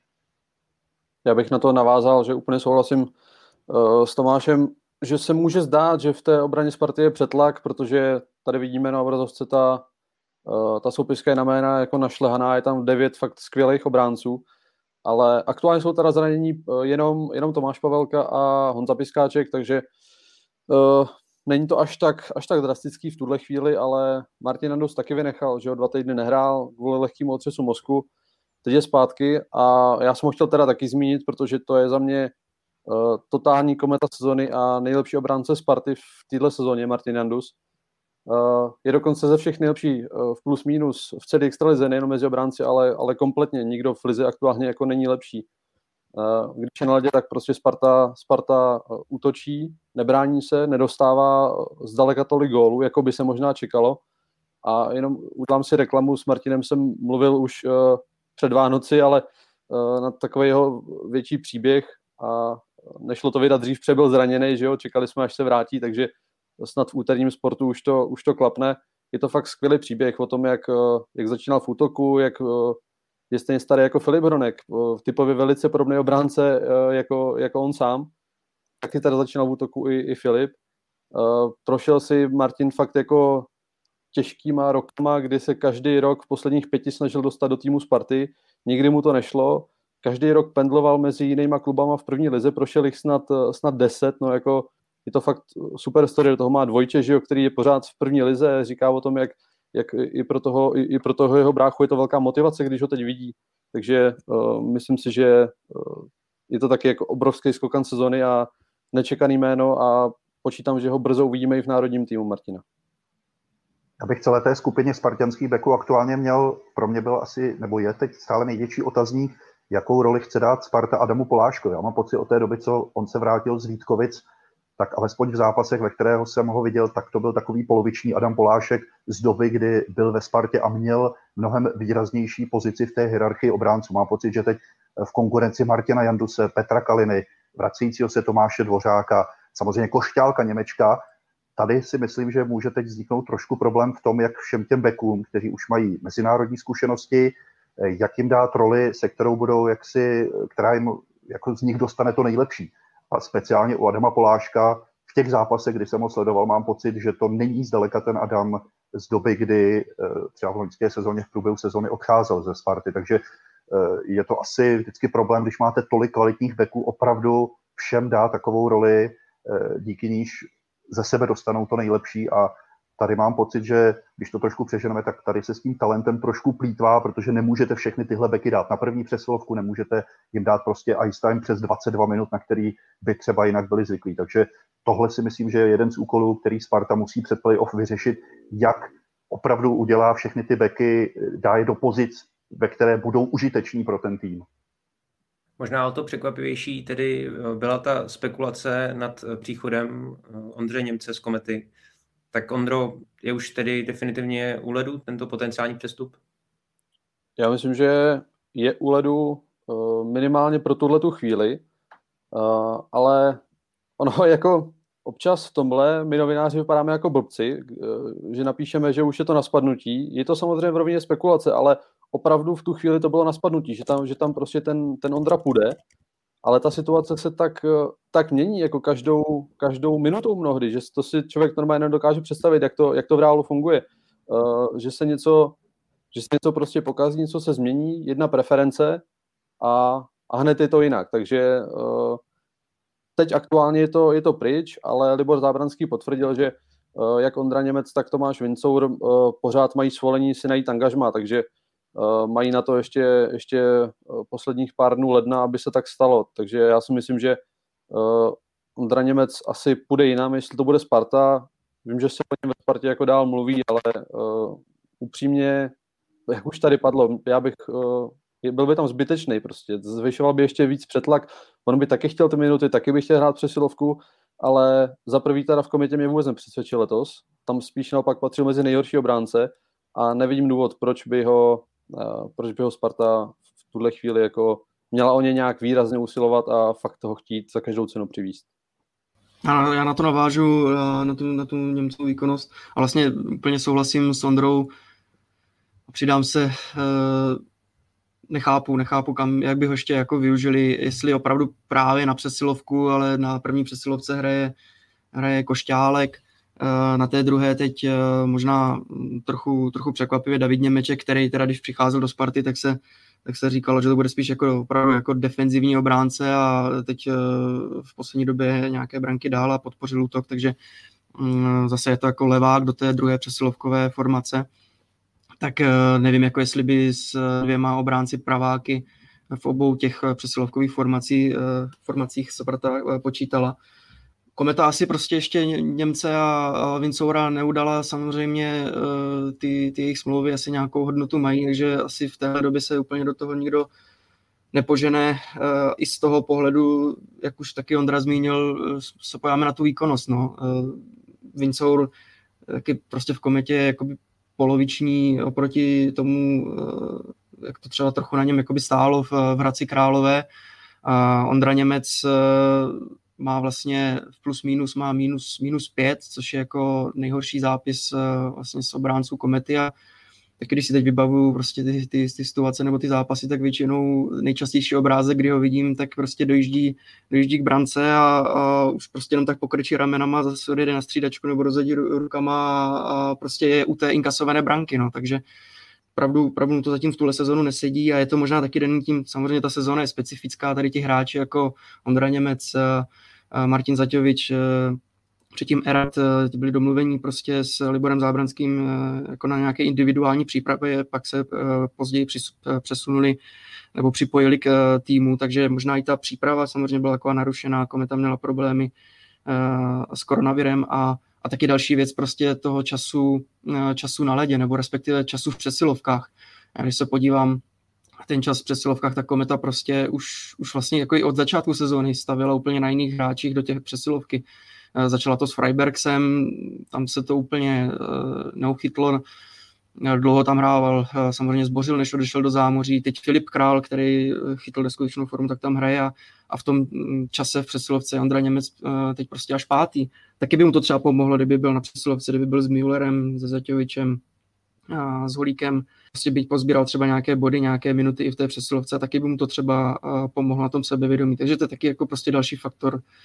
Já bych na to navázal, že úplně souhlasím uh, s Tomášem, že se může zdát, že v té obraně Sparty je přetlak, protože tady vidíme na obrazovce ta, uh, ta soupiska je na jména jako našlehaná, je tam devět fakt skvělých obránců, ale aktuálně jsou teda zranění uh, jenom, jenom Tomáš Pavelka a Honza Piskáček, takže uh, není to až tak, až tak drastický v tuhle chvíli, ale Martin Jandus taky vynechal, že ho dva týdny nehrál kvůli lehkému otřesu mozku. Teď je zpátky a já jsem ho chtěl teda taky zmínit, protože to je za mě uh, totální kometa sezony a nejlepší obránce Sparty v této sezóně, Martin Jandus. Uh, je dokonce ze všech nejlepší uh, v plus minus v celé extralize, nejenom mezi obránci, ale, ale kompletně. Nikdo v lize aktuálně jako není lepší. Uh, když je na ledě, tak prostě Sparta, Sparta uh, útočí, nebrání se, nedostává zdaleka tolik gólů, jako by se možná čekalo. A jenom udělám si reklamu, s Martinem jsem mluvil už uh, před Vánoci, ale uh, na takový jeho větší příběh a nešlo to vydat dřív, protože byl zraněný, že jo, čekali jsme, až se vrátí, takže snad v úterním sportu už to, už to klapne. Je to fakt skvělý příběh o tom, jak, uh, jak začínal v útoku, jak uh, je stejně starý jako Filip Hronek, uh, typově velice podobný obránce uh, jako, jako on sám. Taky tady začínal v útoku i, i Filip. Uh, prošel si Martin fakt jako těžkýma rokama, kdy se každý rok v posledních pěti snažil dostat do týmu Sparty. Nikdy mu to nešlo. Každý rok pendloval mezi jinýma klubama v první lize, prošel jich snad, snad deset. No jako, je to fakt super story. Do toho má Dvojče, že jo, který je pořád v první lize. Říká o tom, jak, jak i, pro toho, i, i pro toho jeho bráchu je to velká motivace, když ho teď vidí. Takže uh, myslím si, že uh, je to taky jako obrovský skokan sezony a nečekaný jméno a počítám, že ho brzo uvidíme i v národním týmu Martina. Já bych celé té skupině spartanských beků aktuálně měl, pro mě byl asi, nebo je teď stále největší otazník, jakou roli chce dát Sparta Adamu Poláškovi. Já mám pocit od té doby, co on se vrátil z Vítkovic, tak alespoň v zápasech, ve kterého jsem ho viděl, tak to byl takový poloviční Adam Polášek z doby, kdy byl ve Spartě a měl mnohem výraznější pozici v té hierarchii obránců. Mám pocit, že teď v konkurenci Martina Janduse, Petra Kaliny, vracejícího se Tomáše Dvořáka, samozřejmě Košťálka Němečka. Tady si myslím, že může teď vzniknout trošku problém v tom, jak všem těm bekům, kteří už mají mezinárodní zkušenosti, jak jim dát roli, se kterou budou jaksi, která jim jako z nich dostane to nejlepší. A speciálně u Adama Poláška v těch zápasech, kdy jsem ho sledoval, mám pocit, že to není zdaleka ten Adam z doby, kdy třeba v loňské sezóně v průběhu sezóny odcházel ze Sparty. Takže je to asi vždycky problém, když máte tolik kvalitních backů, opravdu všem dá takovou roli, díky níž ze sebe dostanou to nejlepší a tady mám pocit, že když to trošku přeženeme, tak tady se s tím talentem trošku plýtvá, protože nemůžete všechny tyhle beky dát na první přesilovku, nemůžete jim dát prostě ice time přes dvacet dva minut, na který by třeba jinak byli zvyklí. Takže tohle si myslím, že je jeden z úkolů, který Sparta musí před playoff vyřešit, jak opravdu udělá všechny ty beky, dá je do pozic, ve které budou užiteční pro ten tým. Možná o to překvapivější tedy byla ta spekulace nad příchodem Ondřeje Němce z Komety. Tak Ondro, je už tedy definitivně u ledu tento potenciální přestup? Já myslím, že je u ledu minimálně pro tuhletu chvíli, ale ono jako občas v tomhle my novináři vypadáme jako blbci, že napíšeme, že už je to na spadnutí. Je to samozřejmě v rovině spekulace, ale opravdu v tu chvíli to bylo na spadnutí, že tam, že tam prostě ten, ten Ondra půjde, ale ta situace se tak, tak mění jako každou, každou minutou mnohdy, že to si člověk normálně nedokáže představit, jak to, jak to v reálu funguje. Uh, že se něco, že se něco prostě pokazí, něco se změní, jedna preference a, a hned je to jinak. Takže uh, teď aktuálně je to, je to pryč, ale Libor Zábranský potvrdil, že uh, jak Ondra Němec, tak Tomáš Vincour uh, pořád mají svolení si najít angažmá, takže Uh, mají na to ještě, ještě uh, posledních pár dnů ledna, aby se tak stalo. Takže já si myslím, že uh, Ondra Němec asi půjde jinam, jestli to bude Sparta. Vím, že se o něm ve Spartě jako dál mluví, ale uh, upřímně, jak už tady padlo, já bych, uh, byl by tam zbytečný prostě. Zvyšoval by ještě víc přetlak. On by taky chtěl ty minuty, taky by chtěl hrát přesilovku, ale za prvý teda v Kometě mě vůbec nepřesvědčil letos. Tam spíš naopak patřil mezi nejhorší obránce a nevidím důvod, proč by ho proč by ho Sparta v tuhle chvíli jako měla o ně nějak výrazně usilovat a fakt toho chtít za každou cenu přivízt. Já, já na to navážu, na tu, na tu Němcovou výkonnost a vlastně úplně souhlasím s Ondrou. Přidám se, nechápu, nechápu kam, jak by ho ještě jako využili, jestli opravdu právě na přesilovku, ale na první přesilovce hraje, hraje Košťálek. Na té druhé teď možná trochu, trochu překvapivě David Němeček, který teda když přicházel do Sparty, tak se, tak se říkalo, že to bude spíš jako opravdu jako defenzivní obránce a teď v poslední době nějaké branky dál a podpořil útok, takže zase je to jako levák do té druhé přesilovkové formace. Tak nevím, jako jestli by s dvěma obránci praváky v obou těch přesilovkových formací, formacích Sparta počítala. Kometa asi prostě ještě Němce a Vincoura neudala, samozřejmě ty, ty jejich smlouvy asi nějakou hodnotu mají, takže asi v téhle době se úplně do toho nikdo nepožene. I z toho pohledu, jak už taky Ondra zmínil, se pojáme na tu výkonnost. No. Vincour taky prostě v Kometě je jakoby poloviční oproti tomu, jak to třeba trochu na něm jakoby stálo v, v Hradci Králové. Ondra Němec má vlastně v plus minus má minus, minus pět, což je jako nejhorší zápis vlastně z obránců Komety a taky když si teď vybavuju prostě ty, ty, ty situace nebo ty zápasy, tak většinou nejčastější obrázek, kdy ho vidím, tak prostě dojíždí, dojíždí k brance a, a už prostě jenom tak pokrčí ramenama, zase odjede na střídačku nebo rozhodí rukama a, a prostě je u té inkasované branky, no, takže Pravdu, pravdu to zatím v tuhle sezonu nesedí a je to možná taky den tím, samozřejmě ta sezóna je specifická, tady ti hráči jako Ondra Němec, Martin Zaťovič, předtím Erat, ti byli domluvení prostě s Liborem Zábranským jako na nějaké individuální přípravě, pak se později přesunuli nebo připojili k týmu, takže možná i ta příprava samozřejmě byla taková narušená, Kometa měla problémy s koronavirem a A taky další věc prostě toho času, času na ledě, nebo respektive času v přesilovkách. A když se podívám ten čas v přesilovkách, tak Kometa prostě už, už vlastně jako i od začátku sezóny stavila úplně na jiných hráčích do těch přesilovky. Začala to s Freibergsem, tam se to úplně neuchytlo. Dlouho tam hrával, samozřejmě zbořil, než odešel do zámoří. Teď Filip Král, který chytl neskutečnou formu, tak tam hraje a, a v tom čase v přesilovce Ondra Němec teď prostě až pátý. Taky by mu to třeba pomohlo, kdyby byl na přesilovce, kdyby byl s Müllerem, se Zaťovičem, a s Holíkem, prostě byť pozbíral třeba nějaké body, nějaké minuty i v té přesilovce, a taky by mu to třeba pomohlo na tom sebevědomí. Takže to je taky jako prostě další faktor,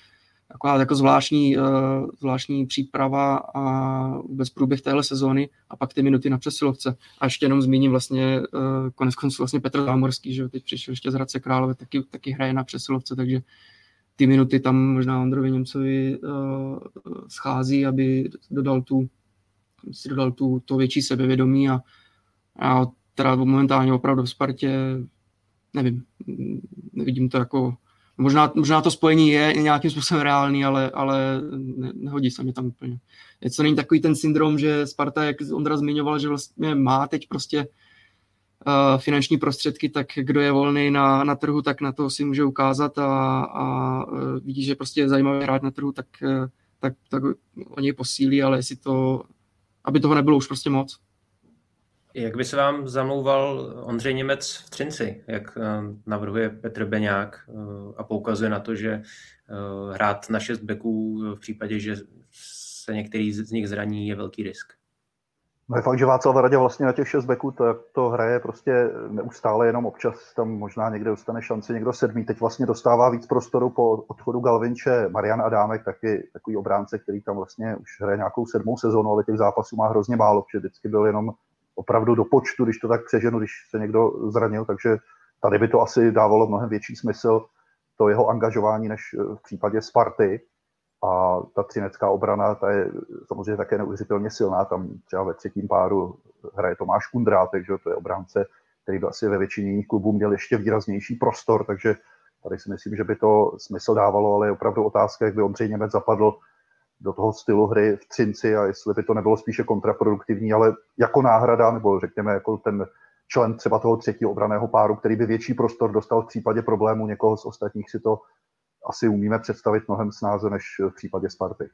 taková jako zvláštní, uh, zvláštní příprava a vůbec průběh téhle sezóny a pak ty minuty na přesilovce. A ještě jenom zmíním vlastně uh, konec konců vlastně Petr Zámorský, že teď přišel ještě z Hradce Králové, taky, taky hraje na přesilovce, takže ty minuty tam možná Ondrovi Němcovi uh, schází, aby dodal tu, si dodal tu, to větší sebevědomí a, a teda momentálně opravdu v Spartě nevím, nevidím to jako, možná, možná to spojení je nějakým způsobem reálný, ale, ale ne, nehodí se mi tam úplně. Je to není takový ten syndrom, že Sparta, jak Ondra zmiňoval, že vlastně má teď prostě uh, finanční prostředky, tak kdo je volný na, na trhu, tak na to si může ukázat a, a uh, vidí, že prostě je zajímavý hrát na trhu, tak, uh, tak, tak oni posílí, ale jestli to, aby toho nebylo už prostě moc. Jak by se vám zamlouval Ondřej Němec v Třinci, jak navrhuje Petr Beňák a poukazuje na to, že hrát na šest beků v případě, že se některý z nich zraní, je velký risk? No je fakt, že Václav Radě vlastně na těch šest beků to, to hraje prostě neustále, jenom občas tam možná někde dostane šanci někdo sedmý. Teď vlastně dostává víc prostoru po odchodu Galvinče Marian Adámek, taky takový obránce, který tam vlastně už hraje nějakou sedmou sezonu, ale těch zápasů má hrozně málo, protože vždycky byl jenom opravdu do počtu, když to tak přeženu, když se někdo zranil, takže tady by to asi dávalo mnohem větší smysl to jeho angažování než v případě Sparty. A ta třinecká obrana, ta je samozřejmě také neuvěřitelně silná, tam třeba ve třetím páru hraje Tomáš Kundrátek, že to je obránce, který by asi ve většině jiných klubů měl ještě výraznější prostor, takže tady si myslím, že by to smysl dávalo, ale je opravdu otázka, jak by Ondřej Němec zapadl do toho stylu hry v Třinci a jestli by to nebylo spíše kontraproduktivní, ale jako náhrada, nebo řekněme jako ten člen třeba toho třetího obranného páru, který by větší prostor dostal v případě problému někoho z ostatních, si to asi umíme představit mnohem snáze než v případě Sparty.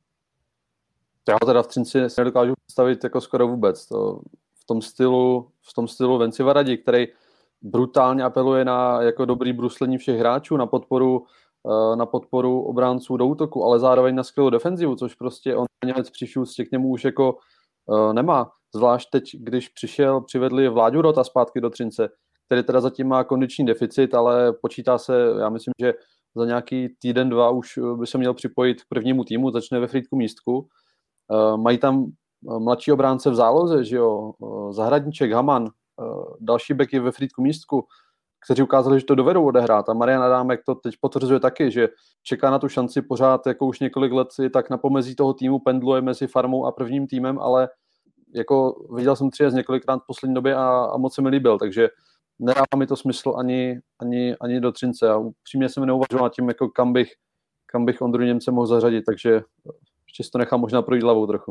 Já teda v Třinci si nedokážu představit jako skoro vůbec. To v tom stylu, v tom stylu Venciva Radí, který brutálně apeluje na jako dobrý bruslení všech hráčů, na podporu na podporu obránců do útoku, ale zároveň na skvělou defenzivu, což prostě on Němec přišůstě k němu už jako uh, nemá. Zvlášť teď, když přišel, přivedli Vláďu Rota zpátky do Třince, který teda zatím má kondiční deficit, ale počítá se, já myslím, že za nějaký týden, dva už by se měl připojit k prvnímu týmu, začne ve Frýdku Místku. Uh, mají tam mladší obránce v záloze, že jo, uh, Zahradníček, Haman, uh, další beky ve Frýdku Místku, kteří ukázali, že to dovedou odehrát. A Marian Adámek to teď potvrzuje taky, že čeká na tu šanci pořád, jako už několik let si tak na pomezí toho týmu pendluje mezi farmou a prvním týmem, ale jako viděl jsem tři z několikrát v poslední době a, a moc se mi líbil, takže nedává mi to smysl ani, ani, ani do Třince. A upřímně jsem neuvažoval nad tím, jako kam bych, kam bych Ondru Němce mohl zařadit, takže ještě si to nechám možná projít hlavou trochu.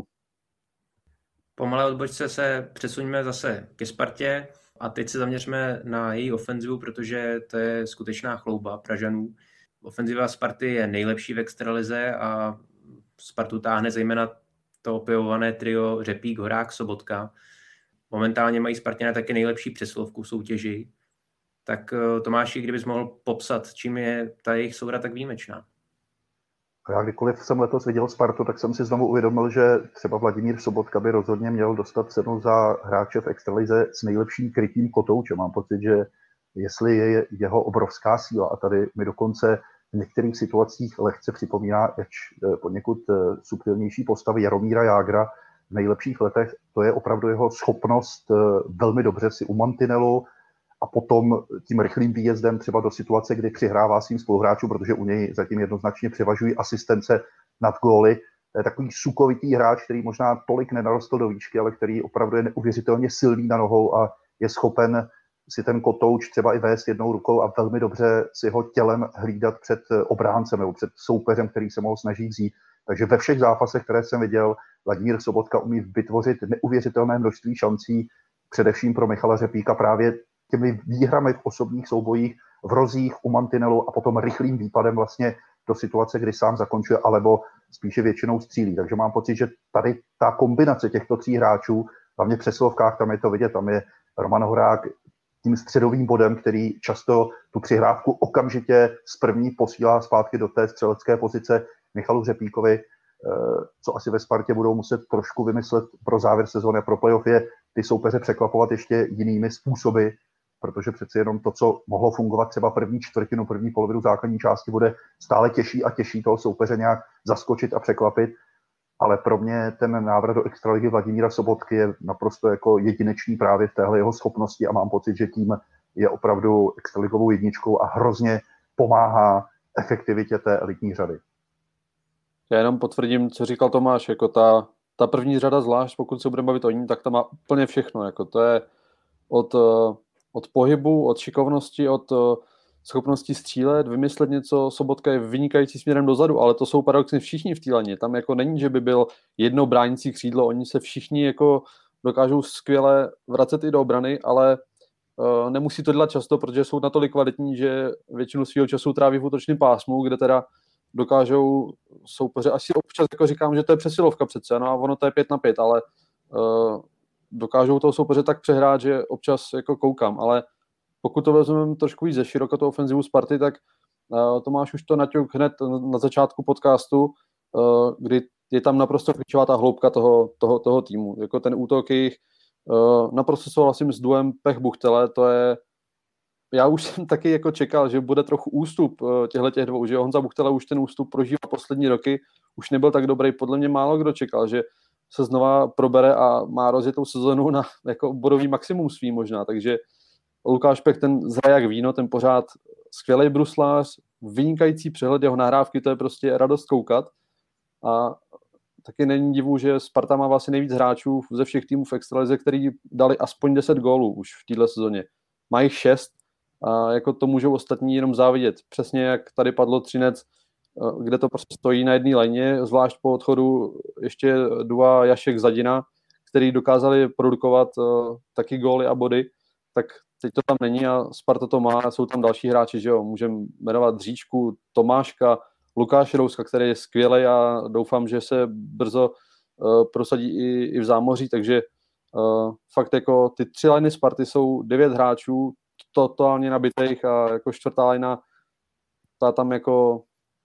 Po malé odbočce se přesuňme zase ke Spartě. A teď se zaměřme na její ofenzivu, protože to je skutečná chlouba Pražanů. Ofenziva Sparty je nejlepší v extralize a Spartu táhne zejména to opěvované trio Řepík, Horák, Sobotka. Momentálně mají Spartěné taky nejlepší přesilovku v soutěži. Tak Tomáši, kdybys mohl popsat, čím je ta jejich souhra tak výjimečná? Já kdykoliv jsem letos viděl Spartu, tak jsem si znovu uvědomil, že třeba Vladimír Sobotka by rozhodně měl dostat cenu za hráče v extralize s nejlepším krytím kotoučem. Mám pocit, že jestli je jeho obrovská síla, a tady mi dokonce v některých situacích lehce připomíná jač poněkud subtilnější postavy Jaromíra Jágra v nejlepších letech, to je opravdu jeho schopnost velmi dobře si u mantinelu a potom tím rychlým výjezdem třeba do situace, kdy přihrává svým spoluhráčům, protože u něj zatím jednoznačně převažují asistence nad góly. To je takový sukovitý hráč, který možná tolik nenarostl do výšky, ale který opravdu je neuvěřitelně silný na nohou a je schopen si ten kotouč třeba i vést jednou rukou a velmi dobře si ho tělem hlídat před obráncem nebo před soupeřem, který se mohl snaží vzít. Takže ve všech zápasech, které jsem viděl, Vladimír Sobotka umí vytvořit neuvěřitelné množství šancí, především pro Michala Řepíka právě těmi výhrami v osobních soubojích, v rozích, u mantinelu a potom rychlým výpadem vlastně do situace, kdy sám zakončuje, alebo spíše většinou střílí. Takže mám pocit, že tady ta kombinace těchto tří hráčů, hlavně v přesilovkách, tam je to vidět, tam je Roman Horák tím středovým bodem, který často tu přihrávku okamžitě z první posílá zpátky do té střelecké pozice Michalu Řepíkovi, co asi ve Spartě budou muset trošku vymyslet pro závěr sezóny a pro playoff je ty soupeře překvapovat ještě jinými způsoby, protože přeci jenom to, co mohlo fungovat třeba první čtvrtinu, první polovinu základní části, bude stále těžší a těžší toho soupeře nějak zaskočit a překvapit. Ale pro mě ten návrat do extraligy Vladimíra Sobotky je naprosto jako jedinečný právě v téhle jeho schopnosti a mám pocit, že tím je opravdu extraligovou jedničkou a hrozně pomáhá efektivitě té elitní řady. Já jenom potvrdím, co říkal Tomáš, jako ta, ta první řada zvlášť, pokud se budeme bavit o ní, tak ta má úplně všechno, jako to je od, od pohybu, od šikovnosti, od schopnosti střílet, vymyslet něco. Sobotka je vynikající směrem dozadu, ale to jsou paradoxně všichni v té laně. Tam jako není, že by byl jedno bránící křídlo, oni se všichni jako dokážou skvěle vracet i do obrany, ale uh, nemusí to dělat často, protože jsou natolik kvalitní, že většinu svého času tráví v útočném pásmu, kde teda dokážou soupeře, asi občas jako říkám, že to je přesilovka přece, no a ono to je pět na pět, ale uh, dokážou toho soupeře tak přehrát, že občas jako koukám, ale pokud to vezmeme trošku víc ze široko, tu ofenzivu Sparty, tak uh, Tomáš už to naťuk hned na začátku podcastu, uh, kdy je tam naprosto klíčová ta hloubka toho, toho, toho týmu. Jako ten útok jejich, uh, naprosto souhlasím s duem Pech Buchtele, to je, já už jsem taky jako čekal, že bude trochu ústup uh, těchto těch dvou, že Honza Buchtele už ten ústup prožívá poslední roky, už nebyl tak dobrý, podle mě málo kdo čekal, že se znova probere a má rozjetou sezonu na jako bodový maximum svý možná, takže Lukáš Pech ten zraje jak víno, ten pořád skvělej bruslář, vynikající přehled jeho nahrávky, to je prostě radost koukat a taky není divu, že Sparta má vlastně nejvíc hráčů ze všech týmů v extralize, který dali aspoň deset gólů už v této sezóně. Mají šest a jako to můžou ostatní jenom závidět. Přesně jak tady padlo Třinec, kde to prostě stojí na jedné lajně, zvlášť po odchodu ještě Dua Jašek Zadina, který dokázali produkovat uh, taky góly a body, tak teď to tam není a Sparta to má a jsou tam další hráči, že jo, můžeme jmenovat Dříčku, Tomáška, Lukáš Rouska, který je skvělý a doufám, že se brzo uh, prosadí i, i v zámoří, takže uh, fakt jako ty tři liny Sparty jsou devět hráčů, totálně nabitých a jako čtvrtá lina, ta tam jako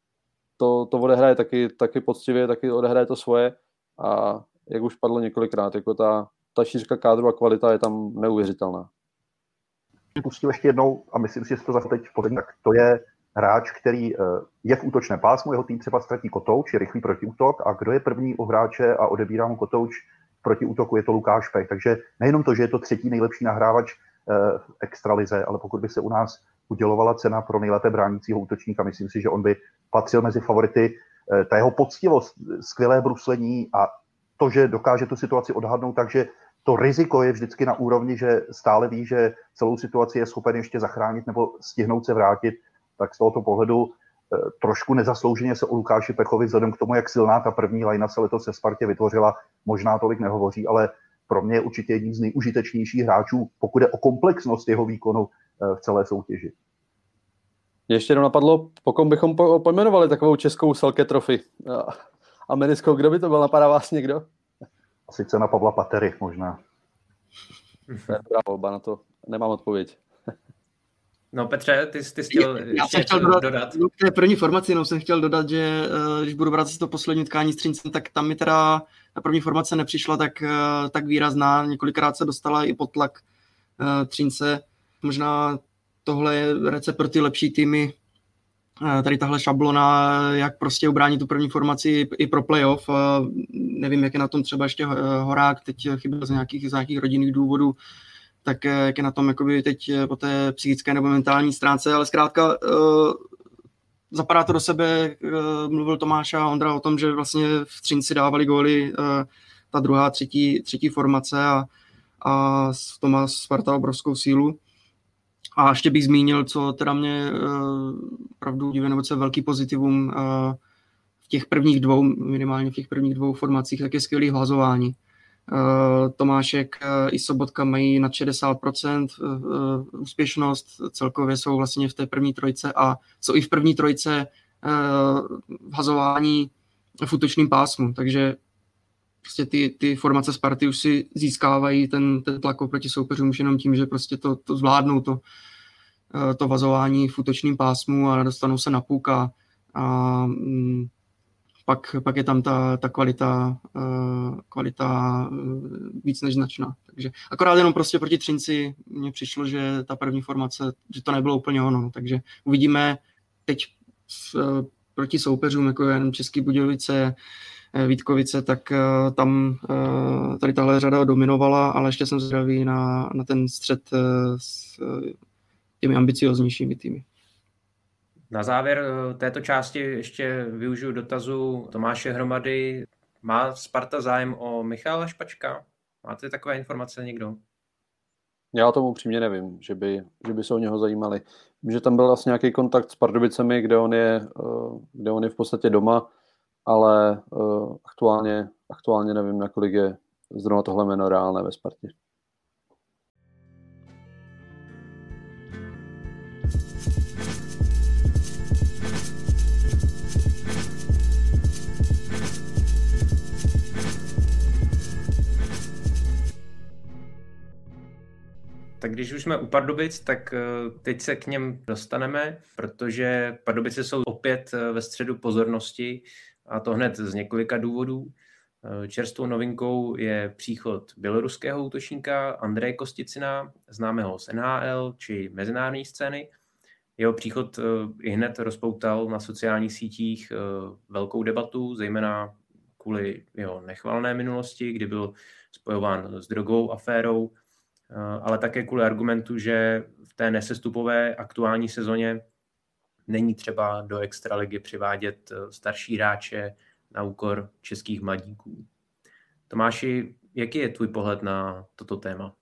to, to odehraje taky, taky poctivě, taky odehraje to svoje a jak už padlo několikrát, jako ta, ta šířka kádru a kvalita je tam neuvěřitelná. Pustil ještě jednou a myslím si, že to zase teď podle tak to je hráč, který je v útočném pásmu, jeho tým třeba ztratí kotouč, je rychlý protiútok a kdo je první u hráče a odebírá mu kotouč v protiútoku, je to Lukáš Pech. Takže nejenom to, že je to třetí nejlepší nahrávač v extralize, ale pokud by se u nás udělovala cena pro nejlépe bránícího útočníka, myslím si, že on by patřil mezi favority. Ta jeho poctivost, skvělé bruslení a to, že dokáže tu situaci odhadnout, takže to riziko je vždycky na úrovni, že stále ví, že celou situaci je schopen ještě zachránit nebo stihnout se vrátit, tak z tohoto pohledu eh, trošku nezaslouženě se o Lukáši Pechovi vzhledem k tomu, jak silná ta první lajna se letos se Spartě vytvořila, možná tolik nehovoří, ale pro mě je určitě jedním z nejužitečnějších hráčů, pokud je o komplexnost jeho výkonu eh, v celé soutěži. Ještě jenom napadlo, pokud bychom po, pojmenovali takovou českou Selke Trophy a meniskou, kdo by to byl, napadá vás někdo? Sice na Pavla Patery možná. To je dobrá volba, na to nemám odpověď. No Petře, ty, ty jsi chtěl, já jsem chtěl dodat, dodat. K té první formaci, jenom jsem chtěl dodat, že když budu brát si to poslední utkání s Třincem, tak tam mi teda ta první formace nepřišla tak, tak výrazná. Několikrát se dostala i pod tlak Třince. Možná tohle je recept pro ty lepší týmy. Tady tahle šablona, jak prostě ubránit tu první formaci i pro playoff. Nevím, jak je na tom třeba ještě Horák, teď chyběl z nějakých, z nějakých rodinných důvodů, tak jak je na tom jakoby teď po té psychické nebo mentální stránce, ale zkrátka zapadá to do sebe. Mluvil Tomáš a Ondra o tom, že vlastně v Třinci dávali góly ta druhá, třetí, třetí formace a, a v tom má Sparta obrovskou sílu. A ještě bych zmínil, co teda mě uh, pravdu divě, nebo co je velký pozitivum uh, v těch prvních dvou, minimálně v těch prvních dvou formacích, tak je skvělý hlazování. Uh, Tomášek uh, i Sobotka mají nad šedesát procent uh, úspěšnost, celkově jsou vlastně v té první trojce a jsou i v první trojce uh, hazování v útočném pásmu, takže prostě ty, ty formace Sparty už si získávají ten, ten tlak proti soupeřům už jenom tím, že prostě to, to zvládnou, to, to vazování v útočném pásmu a dostanou se na puk a, a pak, pak je tam ta, ta kvalita, uh, kvalita uh, víc než značná. Takže akorát jenom prostě proti Třinci mně přišlo, že ta první formace, že to nebylo úplně ono. Takže uvidíme teď uh, proti soupeřům, jako jen Český Budějovice, Vítkovice, tak uh, tam uh, tady tahle řada dominovala, ale ještě jsem zdravý na, na ten střed uh, s uh, těmi ambicioznějšími týmy. Na závěr této části ještě využiju dotazu Tomáše Hromady. Má Sparta zájem o Michala Špačka? Máte takové informace někdo? Já tomu upřímně nevím, že by, že by se o něho zajímali. Vím, že tam byl vlastně nějaký kontakt s Pardubicemi, kde on je, kde on je v podstatě doma, ale aktuálně, aktuálně nevím, nakolik je zrovna tohle jméno reálné ve Spartě. Tak když už jsme u Pardubic, tak teď se k něm dostaneme, protože Pardubice jsou opět ve středu pozornosti, a to hned z několika důvodů. Čerstvou novinkou je příchod běloruského útočníka Andreje Kosticina, známého z N H L či mezinárodní scény. Jeho příchod i hned rozpoutal na sociálních sítích velkou debatu, zejména kvůli jeho nechvalné minulosti, kdy byl spojován s drogovou aférou, ale také kvůli argumentu, že v té nesestupové aktuální sezóně není třeba do extraligy přivádět starší hráče na úkor českých mladíků. Tomáši, jaký je tvůj pohled na toto téma?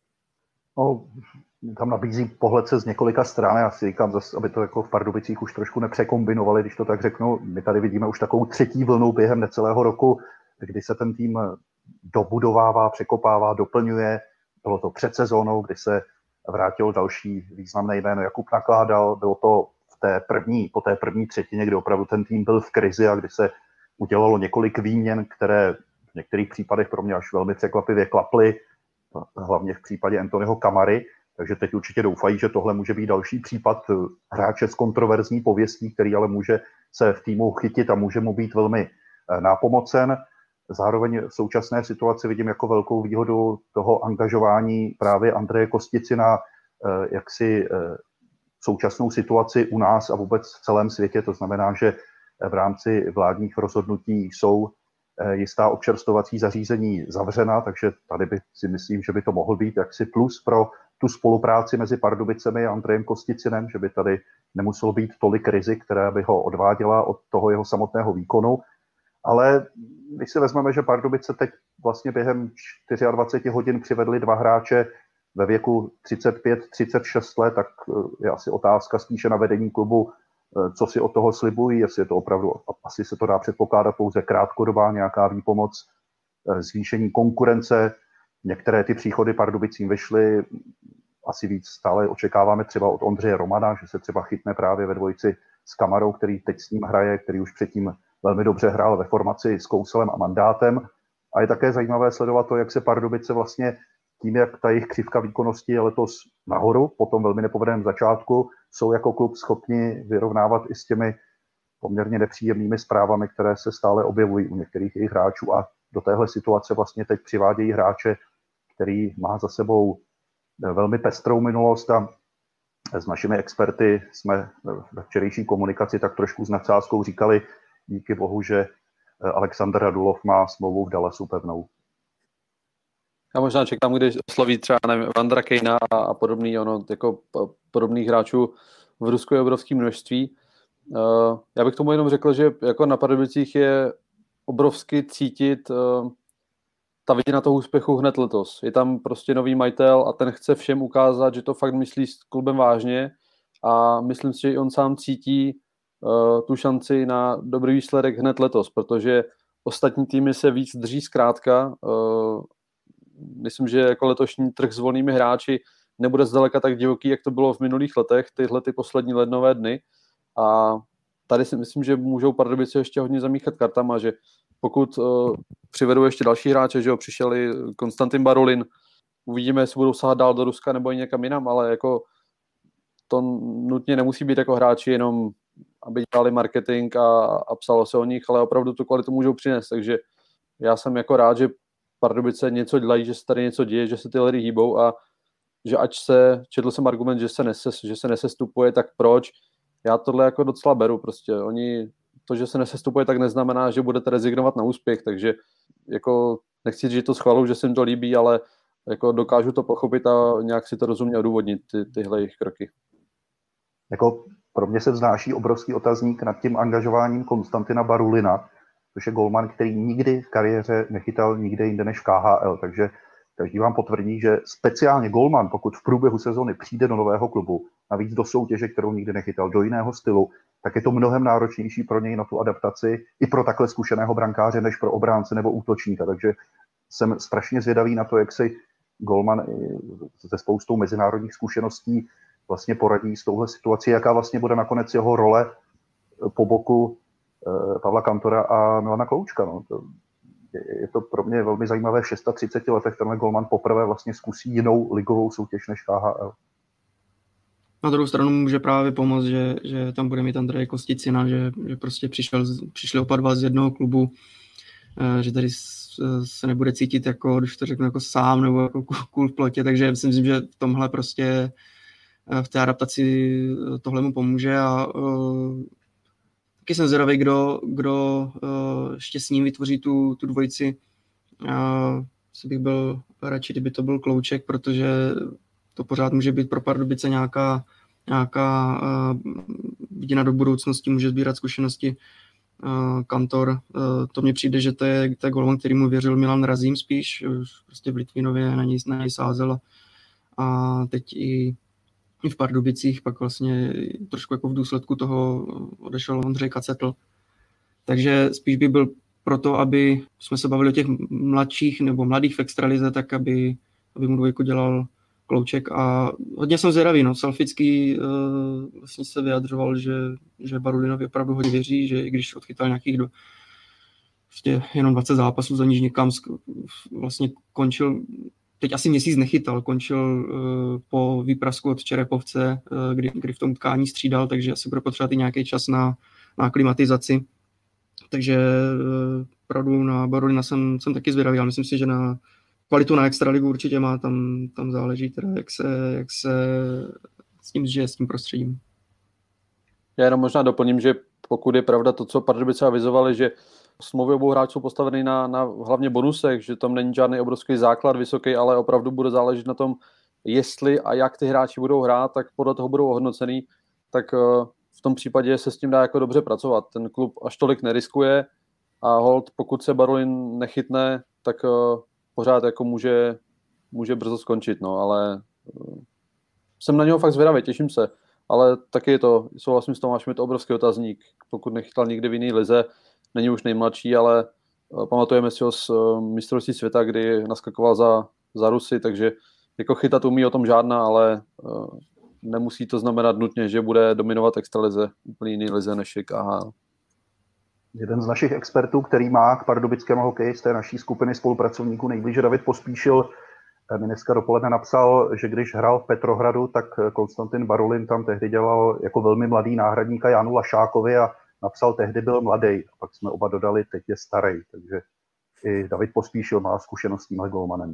No, tam nabízí pohled se z několika stran. Já si říkám, zase, aby to jako v Pardubicích už trošku nepřekombinovali, když to tak řeknu. My tady vidíme už takovou třetí vlnu během necelého roku, kdy se ten tým dobudovává, překopává, doplňuje. Bylo to před sezónou, kdy se vrátil další významné jméno Jakub Nakládal. Bylo to v té první, po té první třetině, kdy opravdu ten tým byl v krizi a kdy se udělalo několik výměn, které v některých případech pro mě až velmi překvapivě klaply, hlavně v případě Anthonyho Kamary. Takže teď určitě doufají, že tohle může být další případ hráče s kontroverzní pověstí, který ale může se v týmu chytit a může mu být velmi nápomocen. Zároveň v současné situaci vidím jako velkou výhodu toho angažování právě Andreje Kosticina, jaksi současnou situaci u nás a vůbec v celém světě. To znamená, že v rámci vládních rozhodnutí jsou jistá občerstvovací zařízení zavřena, takže tady by si myslím, že by to mohl být jaksi plus pro tu spolupráci mezi Pardubicemi a Andrejem Kosticinem, že by tady nemuselo být tolik rizik, která by ho odváděla od toho jeho samotného výkonu. Ale když si vezmeme, že Pardubice teď vlastně během dvacet čtyři hodin přivedli dva hráče ve věku třicet pět třicet šest let, tak je asi otázka spíše na vedení klubu, co si od toho slibují, jestli je to opravdu, asi se to dá předpokládat pouze krátkodobá nějaká výpomoc, zvýšení konkurence. Některé ty příchody Pardubicím vyšly, asi víc stále očekáváme třeba od Ondřeje Romana, že se třeba chytne právě ve dvojici s Kamarou, který teď s ním hraje, který už předtím velmi dobře hrál ve formaci s Kouselem a Mandátem. A je také zajímavé sledovat to, jak se Pardubice vlastně tím, jak ta jejich křivka výkonnosti je letos nahoru, po tom velmi nepovedeném začátku, jsou jako klub schopni vyrovnávat i s těmi poměrně nepříjemnými zprávami, které se stále objevují u některých jejich hráčů. A do téhle situace vlastně teď přivádějí hráče, který má za sebou velmi pestrou minulost a s našimi experty jsme ve včerejší komunikaci tak trošku s nadsázkou říkali, díky bohu, že Alexander Radulov má smlouvu v Dallasu pevnou. Já možná čekám, když osloví třeba nevím, Vandra Kejna a, a podobný, ono, jako podobných hráčů v Rusku je obrovské množství. Uh, já bych tomu jenom řekl, že jako na Pardubicích je obrovsky cítit uh, ta vidina toho úspěchu hned letos. Je tam prostě nový majitel a ten chce všem ukázat, že to fakt myslí s klubem vážně a myslím si, že i on sám cítí uh, tu šanci na dobrý výsledek hned letos, protože ostatní týmy se víc drží zkrátka. Uh, myslím, že jako letošní trh s volnými hráči nebude zdaleka tak divoký, jak to bylo v minulých letech, tyhle ty poslední lednové dny. A tady si myslím, že můžou Pardubice ještě hodně zamíchat kartama, že pokud uh, přivedou ještě další hráče, že jo, přišel i Konstantin Barulin, uvidíme, jestli budou sahat dál do Ruska nebo i někam jinam, ale jako to nutně nemusí být jako hráči jenom aby dělali marketing a, a psalo se o nich, ale opravdu tu kvalitu můžou přinést, takže já jsem jako rád, že Pardubice něco dělají, že se tady něco děje, že se ty ledy hýbou a že ať se, četl jsem argument, že se, neses, že se nesestupuje, tak proč? Já tohle jako docela beru prostě. Oni, to, že se nesestupuje, tak neznamená, že budete rezignovat na úspěch, takže jako nechci říct, že to schvaluju, že se jim to líbí, ale jako dokážu to pochopit a nějak si to rozumně odůvodnit, ty, tyhle jejich kroky. Jako pro mě se vznáší obrovský otazník nad tím angažováním Konstantina Barulina, což je golman, který nikdy v kariéře nechytal nikde jinde než v K H L, takže každý vám potvrdí, že speciálně golman, pokud v průběhu sezony přijde do nového klubu, navíc do soutěže, kterou nikdy nechytal, do jiného stylu, tak je to mnohem náročnější pro něj na tu adaptaci i pro takhle zkušeného brankáře, než pro obránce nebo útočníka. Takže jsem strašně zvědavý na to, jak si golman se spoustou mezinárodních zkušeností vlastně poradí s touhle situací, jaká vlastně bude nakonec jeho role po boku Pavla Kantora a Milana Kloučka. No. Je to pro mě velmi zajímavé. V třiceti šesti letech tenhle golman poprvé vlastně zkusí jinou ligovou soutěž než K H L. Na druhou stranu může právě pomoct, že, že tam bude mít Andrej Kosticina, že, že prostě přišel, přišli oba dva z jednoho klubu, že tady se nebude cítit jako, když to řeknu, jako sám nebo jako kůl v plotě, takže si myslím, že v tomhle prostě v té adaptaci tohle mu pomůže a uh, taky jsem zvědavý, kdo, kdo uh, ještě s ním vytvoří tu, tu dvojici. Uh, si bych byl radši, kdyby to byl Klouček, protože to pořád může být pro Pardubice nějaká, nějaká uh, vidina do budoucnosti, může sbírat zkušenosti. Uh, Kantor, uh, to mně přijde, že to je, to je golman, který mu věřil Milan Razím spíš, prostě v Litvínově na něj, na něj sázel a teď i i v Pardubicích, pak vlastně trošku jako v důsledku toho odešel Ondřej Kacetl. Takže spíš by byl proto, aby jsme se bavili o těch mladších nebo mladých v extralize, tak aby, aby mu dvojku dělal Klouček a hodně jsem zvědavý, no. Salfický uh, vlastně se vyjadřoval, že, že Barulinovi opravdu hodně věří, že i když odchytal nějakých do, vlastně jenom dvacet zápasů za níž někam vlastně končil. Teď asi měsíc nechytal, končil uh, po výprasku od Čerepovce, uh, kdy, kdy v tom utkání střídal, takže asi bude potřebovat i nějaký čas na, na aklimatizaci. Takže uh, pravdu na Barulina jsem, jsem taky zvědavý, ale myslím si, že na kvalitu na extraligu určitě má, tam, tam záleží teda, jak se, jak se s tím žije, s tím prostředím. Já jenom možná doplním, že pokud je pravda to, co Pardubice avizovali, že smlouvy obou hráčů jsou postaveny na, na hlavně bonusech, že tam není žádný obrovský základ vysoký, ale opravdu bude záležet na tom, jestli a jak ty hráči budou hrát, tak podle toho budou ohodnocený, tak uh, v tom případě se s tím dá jako dobře pracovat. Ten klub až tolik neriskuje a hold, pokud se Barulin nechytne, tak uh, pořád jako může, může brzo skončit, no, ale uh, jsem na něho fakt zvědavý, těším se, ale taky je to, souhlasím s tom, máš mi to obrovský otazník, pokud nechytal nikdy v jiný lize, není už nejmladší, ale uh, pamatujeme si ho z uh, mistrovství světa, kdy naskakoval za, za Rusy, takže jako chytat umí, o tom žádná, ale uh, nemusí to znamenat nutně, že bude dominovat extralize úplně jiný lize než je K H L. Jeden z našich expertů, který má k pardubickému hokeji z té naší skupiny spolupracovníků nejblíže, David Pospíšil, mi dneska dopoledne napsal, že když hrál v Petrohradu, tak Konstantin Barulin tam tehdy dělal jako velmi mladý náhradníka Jánu Lašákovi a napsal, tehdy byl mladý. A pak jsme oba dodali, teď je starý. Takže i David Pospíšil má zkušenost s tímhle golmanem.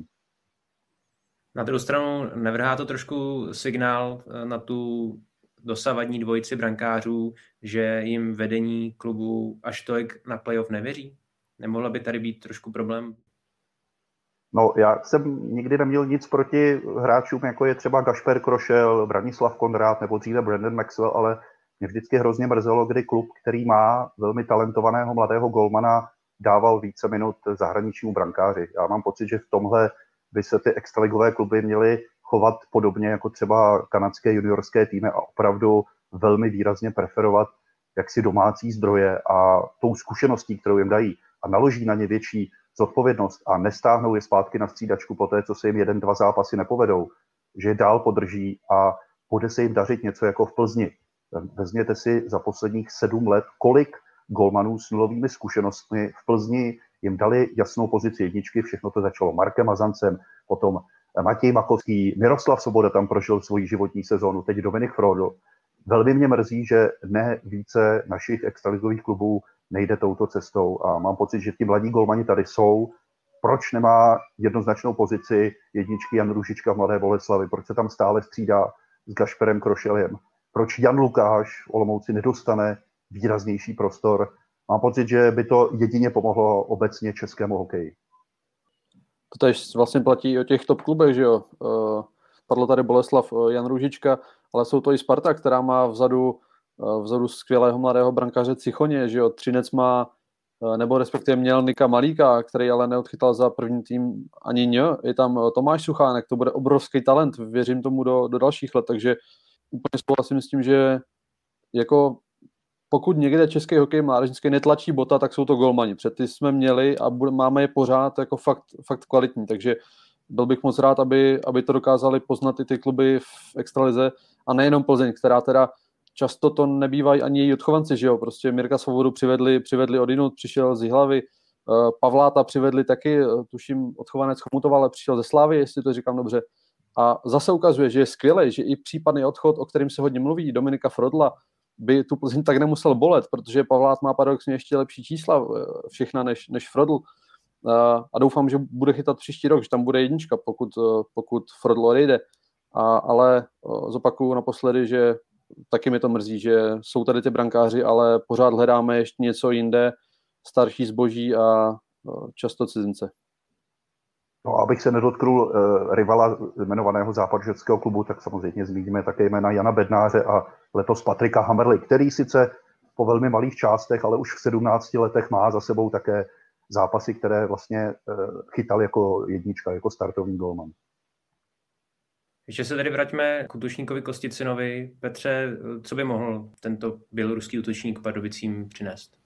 Na druhou stranu nevrhá to trošku signál na tu dosavadní dvojici brankářů, že jim vedení klubu až tolik na playoff nevěří? Nemohla by tady být trošku problém? No, já jsem nikdy neměl nic proti hráčům, jako je třeba Gašper Krošel, Branislav Konrád nebo dříve Brandon Maxwell, ale mě vždycky hrozně mrzelo, kdy klub, který má velmi talentovaného mladého golmana, dával více minut zahraničnímu brankáři. Já mám pocit, že v tomhle by se ty extraligové kluby měly chovat podobně jako třeba kanadské juniorské týmy a opravdu velmi výrazně preferovat jaksi domácí zdroje a tou zkušeností, kterou jim dají a naloží na ně větší zodpovědnost a nestáhnou je zpátky na střídačku po té, co se jim jeden, dva zápasy nepovedou, že je dál podrží a bude se jim dařit něco jako v Plzni. Vezměte si za posledních sedm let, kolik golmanů s nulovými zkušenostmi v Plzni jim dali jasnou pozici jedničky, všechno to začalo Markem Mazancem, potom Matěj Makovský, Miroslav Svoboda tam prožil svoji životní sezónu, teď Dominik Frodo. velmi mě mrzí, že ne více našich extraligových klubů nejde touto cestou a mám pocit, že ti mladí golmani tady jsou. Proč nemá jednoznačnou pozici jedničky Jan Růžička v Mladé Boleslavi? Proč se tam stále střídá s Gašperem Krošeljem? Proč Jan Lukáš v Olomouci nedostane výraznější prostor? Mám pocit, že by to jedině pomohlo obecně českému hokeji. To tež vlastně platí o těch top klubech, že jo? Uh, padlo tady Boleslav, uh, Jan Růžička, ale jsou to i Sparta, která má vzadu, uh, vzadu skvělého mladého brankáře Cichoně, že jo? Třinec má, uh, nebo respektive měl Nika Malíka, který ale neodchytal za první tým ani ně. Je tam uh, Tomáš Suchánek, to bude obrovský talent, věřím tomu do, do dalších let, takže úplně souhlasím s tím, že jako pokud někde český hokej mládežnický netlačí bota, tak jsou to golmani. Před ty jsme měli a bude, máme je pořád jako fakt, fakt kvalitní, takže byl bych moc rád, aby, aby to dokázali poznat i ty kluby v extralize a nejenom Plzeň, která teda často to nebývají ani její odchovanci, že jo, prostě Mirka Svobodu přivedli, přivedli odinut, přišel z Jihlavy, Pavláta přivedli taky, tuším odchovanec Chomutova, ale přišel ze Slávy, jestli to říkám dobře. A zase ukazuje, že je skvělej, že i případný odchod, o kterém se hodně mluví, Dominika Frodla, by tu Plzeň tak nemusel bolet, protože Pavlát má paradoxně ještě lepší čísla všechna než, než Frodl. A doufám, že bude chytat příští rok, že tam bude jednička, pokud, pokud Frodl odejde. A, ale zopakuju naposledy, že taky mi to mrzí, že jsou tady ty brankáři, ale pořád hledáme ještě něco jinde, starší zboží a často cizince. No, abych se nedotknul uh, rivala jmenovaného západočeckého klubu, tak samozřejmě zmíníme také jména Jana Bednáře a letos Patrika Hammerly, který sice po velmi malých částech, ale už v sedmnácti letech má za sebou také zápasy, které vlastně uh, chytal jako jednička, jako startovní golman. Ještě se tady vraťme k útočníkovi Kosticinovi. Petře, co by mohl tento běloruský útočník Pardubicím přinést?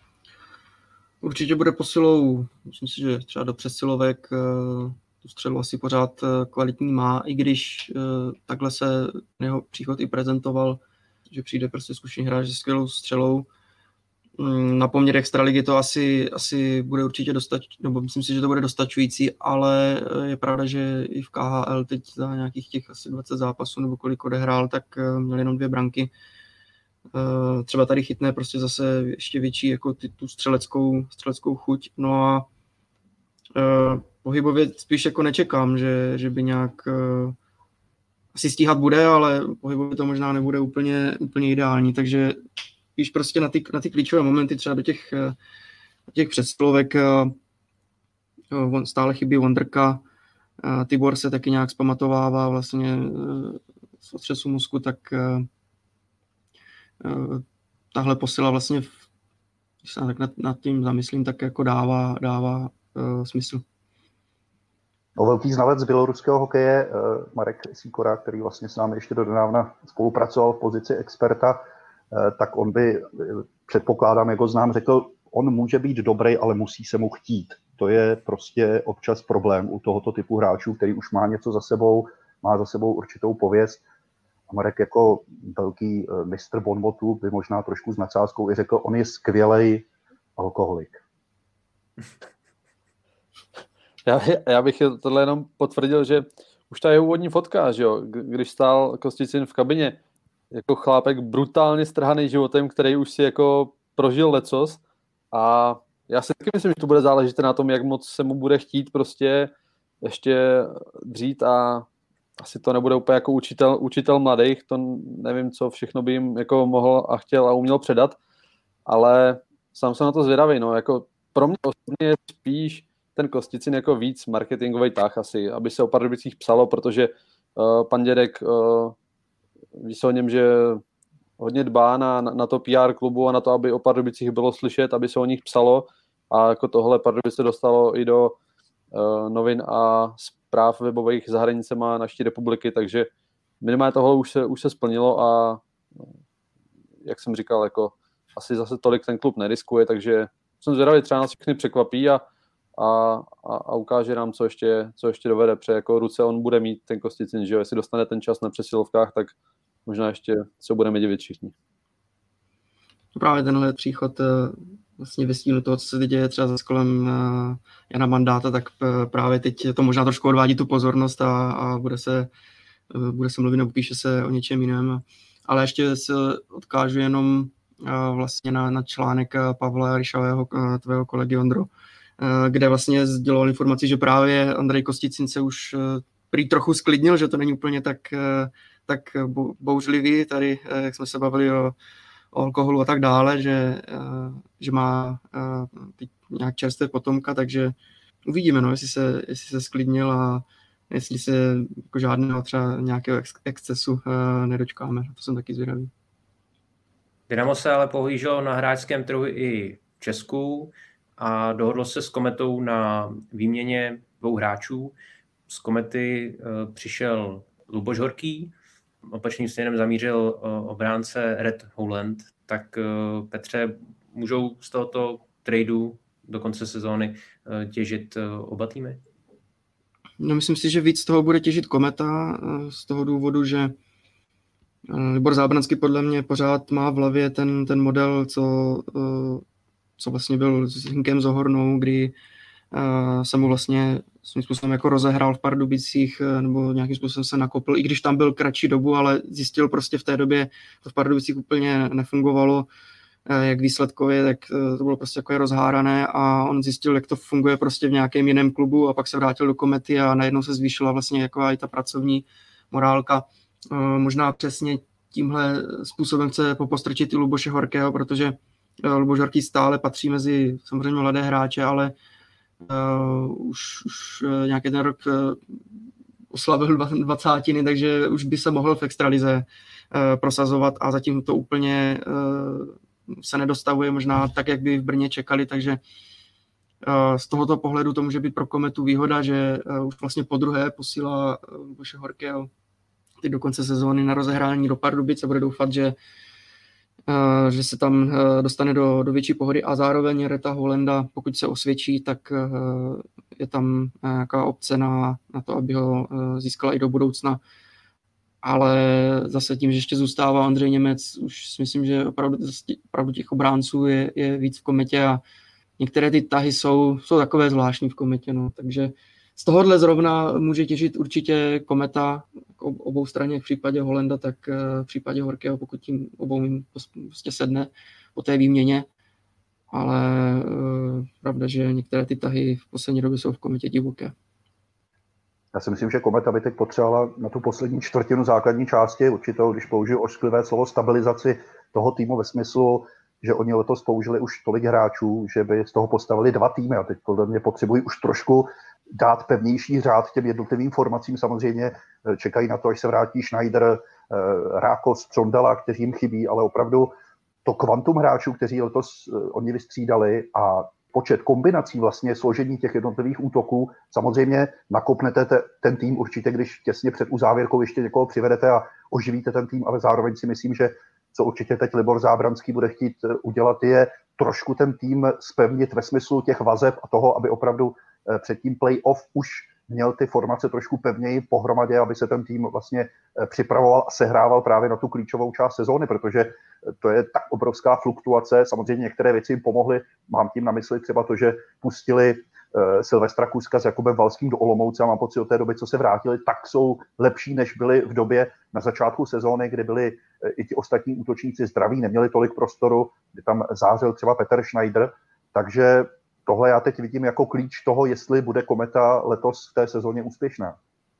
Určitě bude posilou, myslím si, že třeba do přesilovek tu střelu asi pořád kvalitní má, i když takhle se jeho příchod i prezentoval, že přijde prostě zkušený hráč se skvělou střelou. Na poměr extraligy to asi, asi bude určitě dostačující, nebo myslím si, že to bude dostačující, ale je pravda, že i v K H L teď za nějakých těch asi dvacet zápasů nebo kolik odehrál, tak měl jenom dvě branky. Třeba tady chytne prostě zase ještě větší jako ty, tu střeleckou, střeleckou chuť. No a uh, pohybově spíš jako nečekám, že, že by nějak uh, asi stíhat bude, ale pohybově to možná nebude úplně, úplně ideální, takže spíš prostě na ty, na ty klíčové momenty třeba do těch, do těch představovek uh, stále chybí Wonderka, uh, Tibor se taky nějak zpamatovává vlastně uh, z otřesu mozku, tak uh, tahle posila vlastně, když se tak nad, nad tím zamyslím, tak jako dává, dává uh, smysl. No, velký znalec běloruského hokeje uh, Marek Sýkora, který vlastně s námi ještě dodávna spolupracoval v pozici experta, uh, tak on by, předpokládám, jako znám, řekl, on může být dobrý, ale musí se mu chtít. To je prostě občas problém u tohoto typu hráčů, který už má něco za sebou, má za sebou určitou pověst. A Marek jako velký mistr bonmotu by možná trošku s nadsázkou i řekl, on je skvělej alkoholik. Já, já bych tohle jenom potvrdil, že už ta je úvodní fotka, že jo, když stál Kosticin v kabině, jako chlápek brutálně strhaný životem, který už si jako prožil lecos a já si taky myslím, že to bude záležet na tom, jak moc se mu bude chtít prostě ještě dřít a asi to nebude úplně jako učitel, učitel mladých, to nevím, co všechno by jim jako mohl a chtěl a uměl předat, ale sám jsem na to zvědavý, no, jako pro mě osobně je spíš ten Kosticin jako víc marketingový tah asi, aby se o Pardubicích psalo, protože uh, pan Dědek uh, ví se o něm, že hodně dbá na, na to P R klubu a na to, aby o Pardubicích bylo slyšet, aby se o nich psalo a jako tohle Pardubice dostalo i do uh, novin a zpráv webových za hranicema naší republiky, takže minimálně tohle už se, už se splnilo a jak jsem říkal, jako asi zase tolik ten klub neriskuje, takže jsem zvědavý, třeba nás všechny překvapí a, a, a, a ukáže nám, co ještě, co ještě dovede, protože jako ruce on bude mít ten Kosticin, že jo, jestli dostane ten čas na přesilovkách, tak možná ještě se budeme divit všichni. Právě tenhle příchod vlastně ve stínu toho, co se teď děje třeba za kolem Jana Mandáta, tak právě teď to možná trošku odvádí tu pozornost a, a bude se bude se mluvit nebo píše se o něčem jiném. ale ještě se odkážu jenom vlastně na, na článek Pavla Ryšavého, tvého kolegy Ondro, kde vlastně sděloval informaci, že právě Andrej Kosticin se už prý trochu sklidnil, že to není úplně tak, tak bouřlivý, tady, jak jsme se bavili o, o alkoholu a tak dále, že, že má nějak čerstvé potomka, takže uvidíme, no, jestli se, jestli se sklidnil a jestli se jako žádného třeba nějakého ex- excesu nedočkáme. To jsem taky zvědavý. Dynamo se ale pohlíželo na hráčském trhu i v Česku a dohodlo se s Kometou na výměně dvou hráčů. Z Komety uh, přišel Luboš Horký, opačným směrem zamířil uh, obránce Red Howland. Tak uh, Petře, můžou z tohoto tradu do konce sezóny uh, těžit uh, oba týmy? No, myslím si, že víc z toho bude těžit Kometa uh, z toho důvodu, že Libor Zábranský podle mě pořád má v hlavě ten, ten model, co, co vlastně byl s Hinkem Zohornou, kdy se mu vlastně svým způsobem jako rozehrál v Pardubicích nebo nějakým způsobem se nakopl, i když tam byl kratší dobu, ale zjistil prostě v té době, to v Pardubicích úplně nefungovalo, jak výsledkově, tak to bylo prostě jako rozhárané a on zjistil, jak to funguje prostě v nějakém jiném klubu a pak se vrátil do Komety a najednou se zvýšila vlastně jako i ta pracovní morálka. Možná přesně tímhle způsobem chce popostrčit i Luboše Horkého, protože Luboš Horký stále patří mezi samozřejmě mladé hráče, ale uh, už, už nějaký ten rok uh, oslavil dvacátiny, takže už by se mohl v extralize uh, prosazovat a zatím to úplně uh, se nedostavuje možná tak, jak by v Brně čekali, takže uh, z tohoto pohledu to může být pro Kometu výhoda, že uh, už vlastně podruhé posílá Luboše Horkého teď do konce sezóny na rozehrání do Pardubic a bude doufat, že, uh, že se tam uh, dostane do, do větší pohody a zároveň Reta Holenda, pokud se osvědčí, tak uh, je tam nějaká opce na, na to, aby ho uh, získala i do budoucna. Ale zase tím, že ještě zůstává Ondřej Němec, už si myslím, že opravdu, opravdu těch obránců je, je víc v Kometě a některé ty tahy jsou, jsou takové zvláštní v Kometě, no, takže z tohohle zrovna může těžit určitě Kometa obou straně v případě Holenda, tak v případě Horkého, pokud tím obou jim prostě sedne po té výměně. Ale uh, pravda, že některé ty tahy v poslední době jsou v Kometě divoké. Já si myslím, že Kometa by teď potřebovala na tu poslední čtvrtinu základní části určitou, když použiju ošklivé slovo, stabilizaci toho týmu ve smyslu, že oni letos použili už tolik hráčů, že by z toho postavili dva týmy a teď podle mě potřebují už trošku dát pevnější řád těm jednotlivým formacím. Samozřejmě čekají na to, až se vrátí Schneider, Rákos, Přondala, kteří jim chybí, ale opravdu to kvantum hráčů, kteří letos oni vystřídali a počet kombinací vlastně složení těch jednotlivých útoků, samozřejmě nakopnete te, ten tým určitě, když těsně před uzávěrkou ještě někoho přivedete a oživíte ten tým, ale zároveň si myslím, že co určitě teď Libor Zábranský bude chtít udělat, je trošku ten tým zpevnit ve smyslu těch vazeb a toho, aby opravdu před tím play-off už měl ty formace trošku pevněji pohromadě, aby se ten tým vlastně připravoval a sehrával právě na tu klíčovou část sezóny, protože to je tak obrovská fluktuace. Samozřejmě některé věci jim pomohly. Mám tím na mysli třeba to, že pustili uh, Silvestra Kuska s Jakubem Valským do Olomouce a mám pocit od té doby, co se vrátili, tak jsou lepší, než byli v době na začátku sezóny, kdy byli uh, i ti ostatní útočníci zdraví, neměli tolik prostoru, kdy tam zářil třeba Petr Schneider, takže tohle já teď vidím jako klíč toho, jestli bude Kometa letos v té sezóně úspěšná.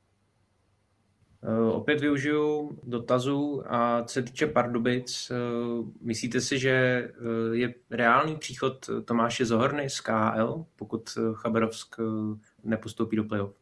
Uh, opět využiju dotazů a co se týče Pardubic, uh, myslíte si, že uh, je reálný příchod Tomáše Zohorny z K H L, pokud Chabarovsk uh, nepostoupí do playoff?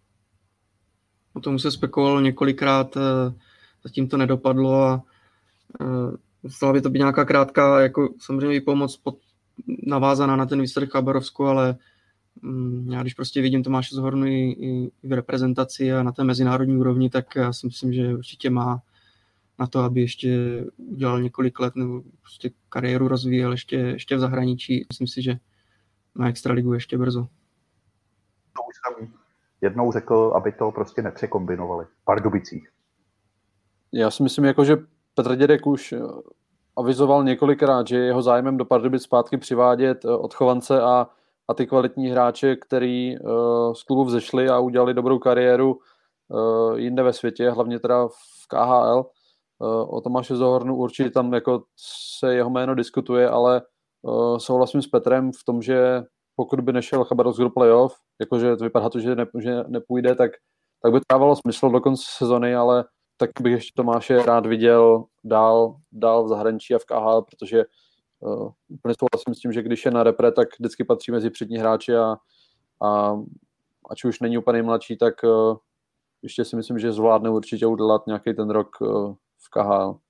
O tom se spekulovalo několikrát, uh, zatím to nedopadlo a uh, stala by to být nějaká krátká, jako samozřejmě pomoc pod navázaná na ten výsledek Chabarovsku, ale mm, já když prostě vidím Tomáše Zohornu i, i v reprezentaci a na té mezinárodní úrovni, tak já si myslím, že určitě má na to, aby ještě udělal několik let nebo prostě kariéru rozvíjel ještě, ještě v zahraničí. Myslím si, že na extraligu ještě brzo. To už jsem jednou řekl, aby to prostě nepřekombinovali. V Pardubicích. Já si myslím, jako, že Petr Dědek už avizoval několikrát, že jeho zájmem do Pardubic zpátky přivádět odchovance a, a ty kvalitní hráče, který uh, z klubu vzešli a udělali dobrou kariéru uh, jinde ve světě, hlavně teda v K H L. o Tomáše Zohornu určitě tam jako se jeho jméno diskutuje, ale souhlasím s Petrem v tom, že pokud by nešel Chabarovsk do playoff, jakože to vypadá to, že, ne, že nepůjde, tak, tak by to dávalo smysl do konce sezony, ale tak bych ještě Tomáše rád viděl dál, dál v zahraničí a v K H L, protože uh, úplně souhlasím s tím, že když je na repre, tak vždycky patří mezi přední hráči a, a ač už není úplně nejmladší, tak uh, ještě si myslím, že zvládne určitě udělat nějaký ten rok uh, v K H L.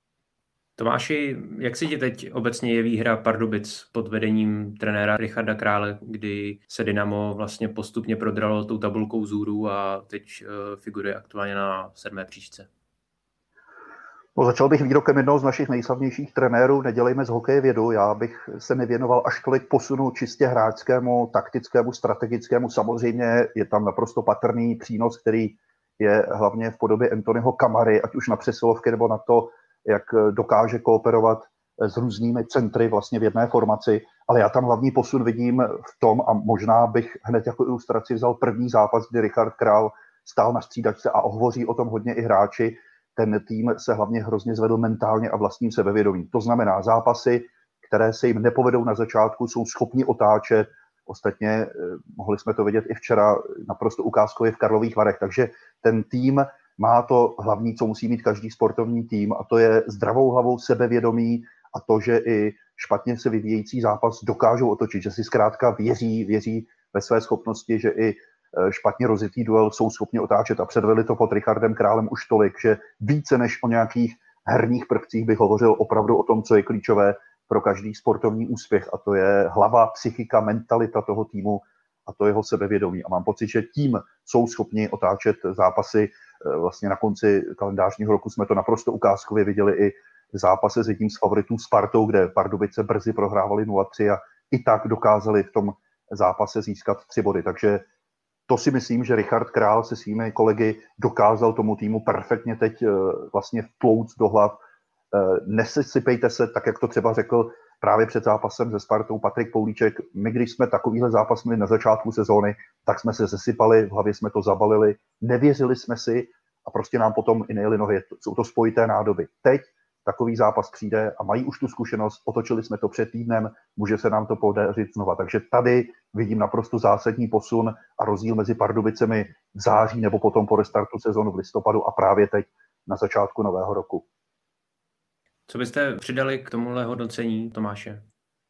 Tomáši, jak si ti teď obecně jeví hra Pardubic pod vedením trenéra Richarda Krále, kdy se Dynamo vlastně postupně prodralo tou tabulkou vzhůru a teď uh, figuruje aktuálně na sedmé příčce? No, začal bych výrokem jednoho z našich nejslavnějších trenérů, nedělejme z hokeje vědu. Já bych se nevěnoval až tolik posunu čistě hráčskému, taktickému, strategickému. Samozřejmě je tam naprosto patrný přínos, který je hlavně v podobě Anthonyho Kamary, ať už na přesilovky nebo na to, jak dokáže kooperovat s různými centry vlastně v jedné formaci. Ale já tam hlavní posun vidím v tom, a možná bych hned jako ilustraci vzal první zápas, kdy Richard Král stál na střídačce a hovoří o tom hodně i hráči. Ten tým se hlavně hrozně zvedl mentálně a vlastním sebevědomím. To znamená zápasy, které se jim nepovedou na začátku, jsou schopni otáčet. Ostatně eh, mohli jsme to vidět i včera naprosto ukázkově v Karlových Varech. Takže ten tým má to hlavní, co musí mít každý sportovní tým, a to je zdravou hlavou, sebevědomí a to, že i špatně se vyvíjející zápas dokážou otočit, že si zkrátka věří, věří ve své schopnosti, že i špatně rozjetý duel jsou schopni otáčet a předvedli to pod Richardem Králem už tolik, že více než o nějakých herních prvcích bych hovořil opravdu o tom, co je klíčové pro každý sportovní úspěch, a to je hlava, psychika, mentalita toho týmu a to jeho sebevědomí. A mám pocit, že tím jsou schopni otáčet zápasy. Vlastně na konci kalendářního roku jsme to naprosto ukázkově viděli i v zápase s jedním z favoritů Spartou, kde Pardubice brzy prohrávali nula tři a i tak dokázali v tom zápase získat tři body. Takže to si myslím, že Richard Král se svými kolegy dokázal tomu týmu perfektně teď vlastně vtlouct do hlav. Nesesypejte se, tak jak to třeba řekl právě před zápasem se Spartou Patrik Poulíček. My, když jsme takovýhle zápas měli na začátku sezóny, tak jsme se sesypali, v hlavě jsme to zabalili, nevěřili jsme si a prostě nám potom i nejeli nohy. Jsou to spojité nádoby. Teď takový zápas přijde a mají už tu zkušenost, otočili jsme to před týdnem, může se nám to podařit znova. Takže tady vidím naprosto zásadní posun a rozdíl mezi Pardubicemi v září nebo potom po restartu sezónu v listopadu a právě teď na začátku nového roku. Co byste přidali k tomuhle hodnocení, Tomáše?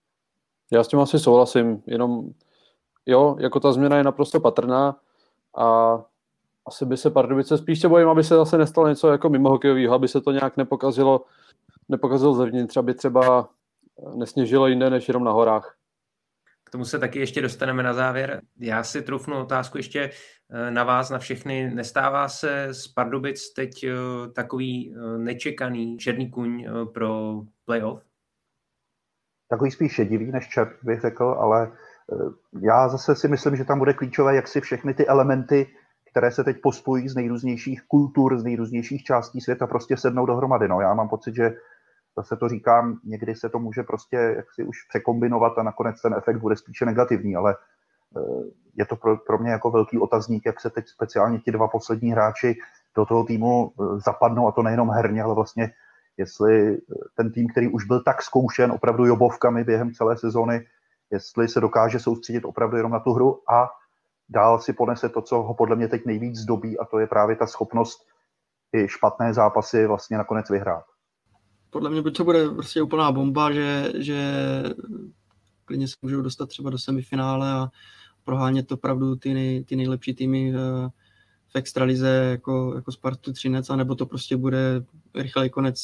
Já s tím asi souhlasím, jenom jo, jako ta změna je naprosto patrná a asi by se Pardubice, spíš se bojím, aby se zase nestalo něco jako mimo hokejového, aby se to nějak nepokazilo, nepokazilo zevnitř, aby třeba nesněžilo jinde než jenom na horách. K tomu se taky ještě dostaneme na závěr. Já si troufnu otázku ještě na vás, na všechny. Nestává se z Pardubic teď takový nečekaný černý kůň pro playoff? Takový spíš šedivý než čert, bych řekl, ale já zase si myslím, že tam bude klíčové, jak si všechny ty elementy, které se teď pospojí z nejrůznějších kultur, z nejrůznějších částí světa, prostě sednou dohromady. No, já mám pocit, že zase to říkám, někdy se to může prostě jaksi už překombinovat a nakonec ten efekt bude spíše negativní, ale je to pro, pro mě jako velký otazník, jak se teď speciálně ti dva poslední hráči do toho týmu zapadnou, a to nejenom herně, ale vlastně jestli ten tým, který už byl tak zkoušen opravdu jobovkami během celé sezóny, jestli se dokáže soustředit opravdu jenom na tu hru a dál si ponese to, co ho podle mě teď nejvíc zdobí, a to je právě ta schopnost i špatné zápasy vlastně nakonec vyhrát. Podle mě to bude prostě úplná bomba, že, že klidně se můžou dostat třeba do semifinále a prohánět opravdu ty, nej, ty nejlepší týmy v, v extralize jako, jako Spartu Třinec, anebo to prostě bude rychlej konec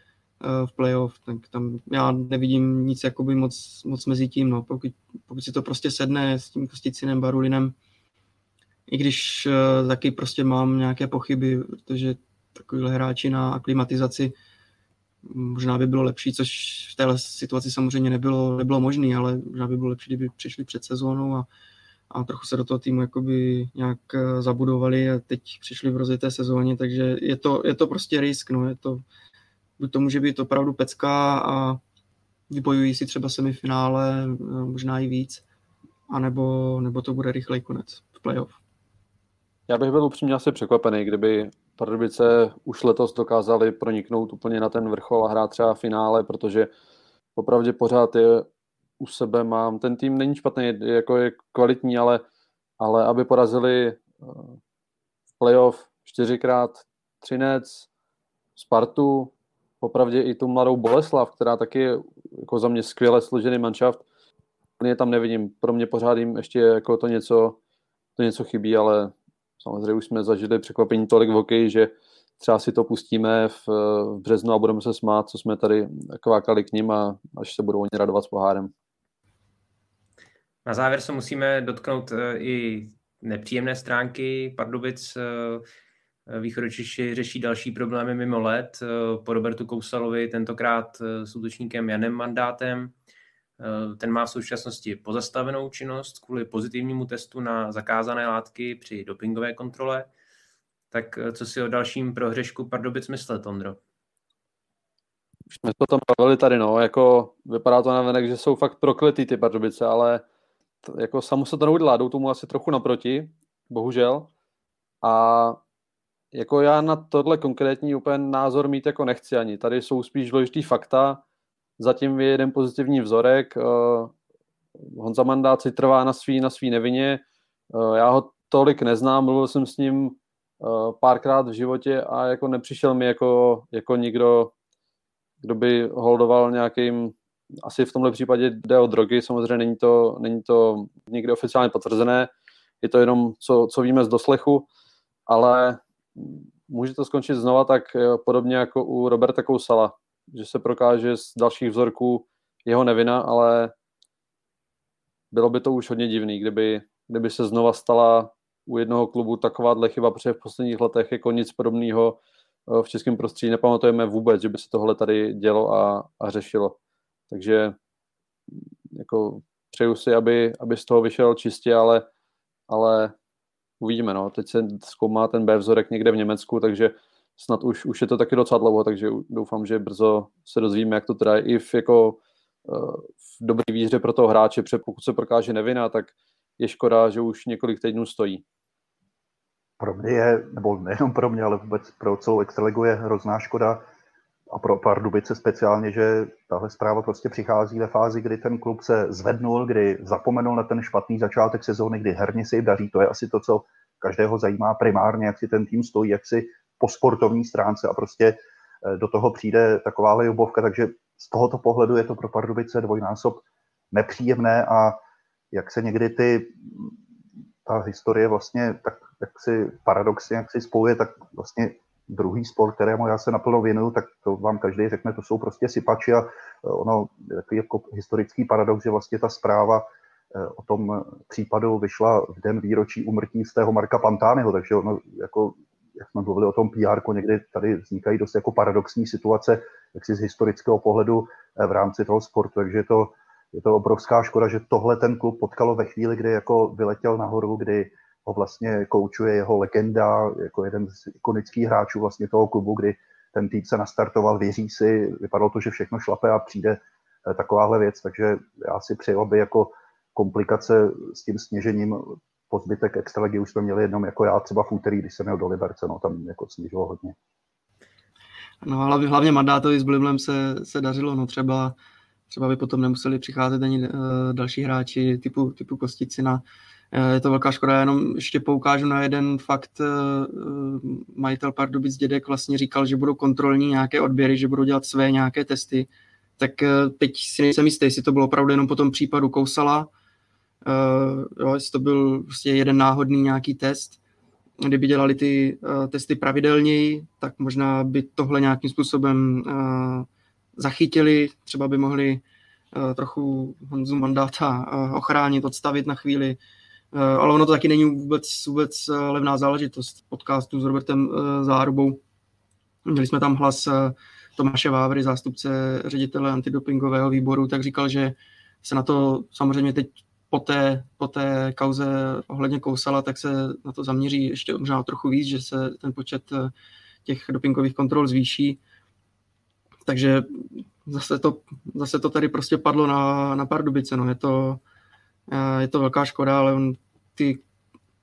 v playoff. Tak tam já nevidím nic jakoby moc, moc mezi tím. No. Pokud, pokud si to prostě sedne s tím Kosticinem, Barulinem, i když uh, taky prostě mám nějaké pochyby, protože takovýhle hráči na aklimatizaci možná by bylo lepší, což v téhle situaci samozřejmě nebylo, nebylo možné, ale možná by bylo lepší, kdyby přišli před sezónou a, a trochu se do toho týmu jakoby nějak zabudovali a teď přišli v rozjeté sezóně, takže je to, je to prostě risk, no, je to, buď to může být opravdu pecka a vybojují si třeba semifinále, možná i víc, anebo, nebo to bude rychlej konec v playoff. Já bych byl upřímně asi překvapený, kdyby Pardubice už letos dokázali proniknout úplně na ten vrchol a hrát třeba finále, protože opravdu pořád je u sebe mám. Ten tým není špatný, jako je kvalitní, ale, ale aby porazili v playoff čtyřikrát Třinec, Spartu, popravdě i tu mladou Boleslav, která taky je jako za mě skvěle složený manšaft. Já tam nevidím. Pro mě pořád jim ještě jako to něco, to něco chybí, ale samozřejmě už jsme zažili překvapení tolik v hokeji, že třeba si to pustíme v, v březnu a budeme se smát, co jsme tady kvákali k nim a až se budou oni radovat s pohárem. Na závěr se musíme dotknout i nepříjemné stránky Pardubic. Východočeši řeší další problémy mimo let. Po Robertu Kousalovi tentokrát s útočníkem Janem Mandátem. Ten má v současnosti pozastavenou činnost kvůli pozitivnímu testu na zakázané látky při dopingové kontrole. Tak co si o dalším prohřešku Pardubic myslet, Ondro? Už jsme to tam bavili tady, no, jako vypadá to navenek, že jsou fakt prokletý ty Pardubice, ale t- jako samo se to neudělá, jdou tomu asi trochu naproti, bohužel. A jako já na tohle konkrétní úplně názor mít jako nechci ani. Tady jsou spíš důležitý fakta, zatím je jeden pozitivní vzorek, uh, Honza Mandát si trvá na svý, na svý nevině, uh, já ho tolik neznám, mluvil jsem s ním uh, párkrát v životě a jako nepřišel mi jako, jako nikdo, kdo by holdoval nějakým, asi v tomhle případě jde o drogy, samozřejmě není to, není to nikdy oficiálně potvrzené, je to jenom, co, co víme z doslechu, ale může to skončit znova tak podobně jako u Roberta Kousala, že se prokáže z dalších vzorků jeho nevina, ale bylo by to už hodně divný, kdyby, kdyby se znova stala u jednoho klubu takováhle chyba, protože v posledních letech jako nic podobného v českém prostředí nepamatujeme vůbec, že by se tohle tady dělo a, a řešilo. Takže jako přeju si, aby, aby z toho vyšel čistě, ale, ale uvidíme. No. Teď se zkoumá ten B vzorek někde v Německu, takže snad už, už je to taky docela dlouho, takže doufám, že brzo se dozvíme, jak to teda je i v, jako, v dobrý víře pro toho hráče, protože pokud se prokáže nevina, tak je škoda, že už několik týdnů stojí. Pro mě je, nebo nejenom pro mě, ale vůbec pro celou extraligu je hrozná škoda a pro Pardubice speciálně, že tahle zpráva prostě přichází ve fázi, kdy ten klub se zvednul, kdy zapomenul na ten špatný začátek sezóny, kdy herně se jim daří. To je asi to, co každého zajímá primárně, jak si ten tým stojí, jak si po sportovní stránce a prostě do toho přijde takováhle jubovka, takže z tohoto pohledu je to pro Pardubice dvojnásob nepříjemné a jak se někdy ty, ta historie vlastně tak jak si paradoxně jak si spojuje, tak vlastně druhý sport, kterému já se naplno věnuju, tak to vám každý řekne, to jsou prostě sypači a ono takový jako historický paradox, že vlastně ta zpráva o tom případu vyšla v den výročí úmrtí z tého Marka Pantányho, takže ono jako jak jsme mluvili o tom P R ko, někdy tady vznikají dost jako paradoxní situace, jak si z historického pohledu v rámci toho sportu, takže je to, je to obrovská škoda, že tohle ten klub potkalo ve chvíli, kdy jako vyletěl nahoru, kdy ho vlastně koučuje jeho legenda, jako jeden z ikonických hráčů vlastně toho klubu, kdy ten tým se nastartoval, věří si, vypadalo to, že všechno šlape a přijde takováhle věc, takže já si přeju, aby jako komplikace s tím sněžením po zbytek extraligy už jsme měli jednom jako já třeba v úterý, když jsem měl do Liberce, no tam jako snížilo hodně. No hlavně, hlavně Mandátovi s Blimlem se, se dařilo, no třeba, třeba by potom nemuseli přicházet ani uh, další hráči typu, typu Kosticina. Uh, je to velká škoda, já jenom ještě poukážu na jeden fakt, uh, majitel Pardubic Dědek vlastně říkal, že budou kontrolní nějaké odběry, že budou dělat své nějaké testy, tak uh, teď si nejsem jistý, jestli to bylo opravdu jenom po tom případu Kousala, Uh, jo, jestli to byl prostě jeden náhodný nějaký test. Kdyby dělali ty uh, testy pravidelněji, tak možná by tohle nějakým způsobem uh, zachytili, třeba by mohli uh, trochu Honzu Mandáta uh, ochránit, odstavit na chvíli, uh, ale ono to taky není vůbec, vůbec uh, levná záležitost podcastu s Robertem uh, Zárubou. Měli jsme tam hlas uh, Tomáše Vávry, zástupce ředitele antidopingového výboru, tak říkal, že se na to samozřejmě teď Po té, po té kauze ohledně Kousala, tak se na to zaměří ještě možná trochu víc, že se ten počet těch dopingových kontrol zvýší. Takže zase to, zase to tady prostě padlo na, na Pardubice. No. Je to, je to velká škoda, ale on, ty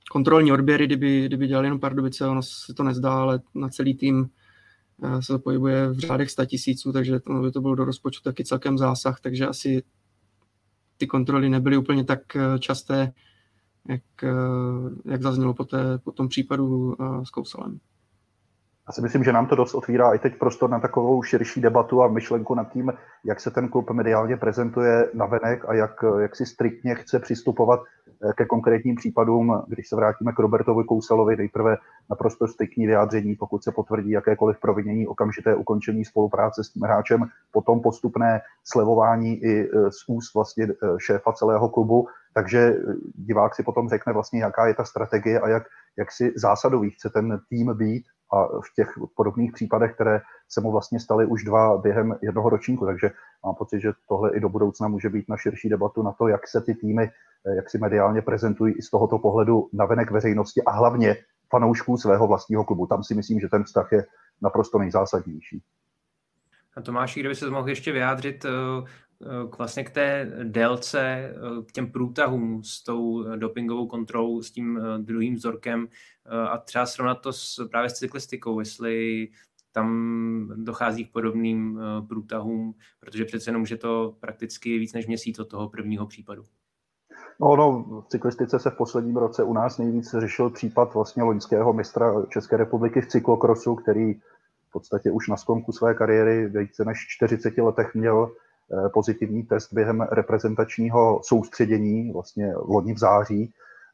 kontrolní odběry, kdyby, kdyby dělali jenom Pardubice, ono se to nezdá, ale na celý tým se to pohybuje v řádech sta tisíců, takže to by to bylo do rozpočtu taky celkem zásah, takže asi ty kontroly nebyly úplně tak časté, jak, jak zaznělo po, té, po tom případu s Kousalem. Já si myslím, že nám to dost otvírá i teď prostor na takovou širší debatu a myšlenku nad tím, jak se ten klub mediálně prezentuje navenek a jak, jak si striktně chce přistupovat ke konkrétním případům. Když se vrátíme k Robertovi Kousalovi, nejprve naprosto striktní vyjádření, pokud se potvrdí jakékoliv provinění, okamžité ukončení spolupráce s tím hráčem, potom postupné slevování i z úst vlastně šéfa celého klubu. Takže divák si potom řekne vlastně, jaká je ta strategie a jak, jak si zásadový chce ten tým být. A v těch podobných případech, které se mu vlastně staly už dva během jednoho ročníku. Takže mám pocit, že tohle i do budoucna může být na širší debatu na to, jak se ty týmy, jak si mediálně prezentují i z tohoto pohledu navenek veřejnosti a hlavně fanoušků svého vlastního klubu. Tam si myslím, že ten vztah je naprosto nejzásadnější. A Tomáši, kdyby se mohl ještě vyjádřit k vlastně k té délce, k těm průtahům s tou dopingovou kontrolou, s tím druhým vzorkem a třeba srovnat to s, právě s cyklistikou, jestli tam dochází k podobným průtahům, protože přece jenom už je to prakticky víc než měsíc od toho prvního případu. No, no, v cyklistice se v posledním roce u nás nejvíc řešil případ vlastně loňského mistra České republiky v cyklokrosu, který v podstatě už na sklonku své kariéry více než čtyřiceti letech měl pozitivní test během reprezentačního soustředění, vlastně loni v září.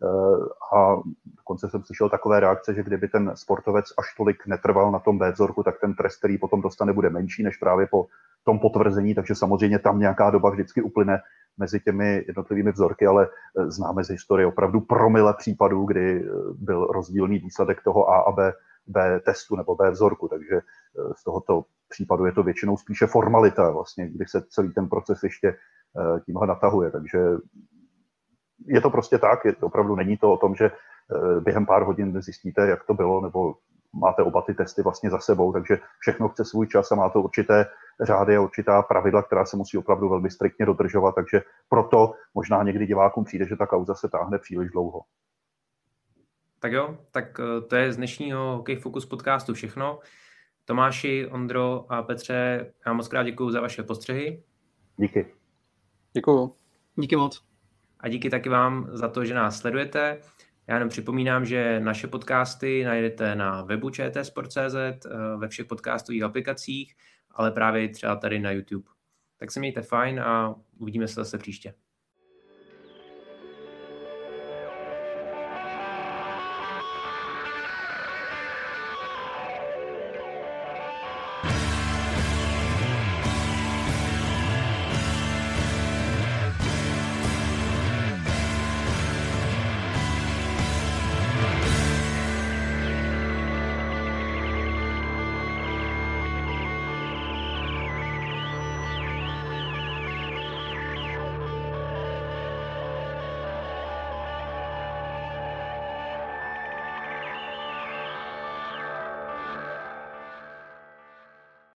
A dokonce jsem slyšel takové reakce, že kdyby ten sportovec až tolik netrval na tom B vzorku, tak ten trest, který potom dostane, bude menší než právě po tom potvrzení, takže samozřejmě tam nějaká doba vždycky uplyne mezi těmi jednotlivými vzorky, ale známe z historie opravdu promile případů, kdy byl rozdílný výsledek toho A a B, B testu nebo B vzorku, takže z tohoto případu je to většinou spíše formalita, vlastně, kdy se celý ten proces ještě tímhle natahuje, takže je to prostě tak, je to opravdu není to o tom, že během pár hodin zjistíte, jak to bylo, nebo máte oba ty testy vlastně za sebou, takže všechno chce svůj čas a má to určité řády a určitá pravidla, která se musí opravdu velmi striktně dodržovat, takže proto možná někdy divákům přijde, že ta kauza se táhne příliš dlouho. Tak jo, tak to je z dnešního Hokej Focus podcastu všechno. Tomáši, Ondro a Petře, já moc krát děkuju za vaše postřehy. Díky. Děkuju. Díky moc. A díky taky vám za to, že nás sledujete. Já jenom připomínám, že naše podcasty najdete na webu č t sport tečka c z, ve všech podcastových aplikacích, ale právě třeba tady na YouTube. Tak se mějte fajn a uvidíme se zase příště.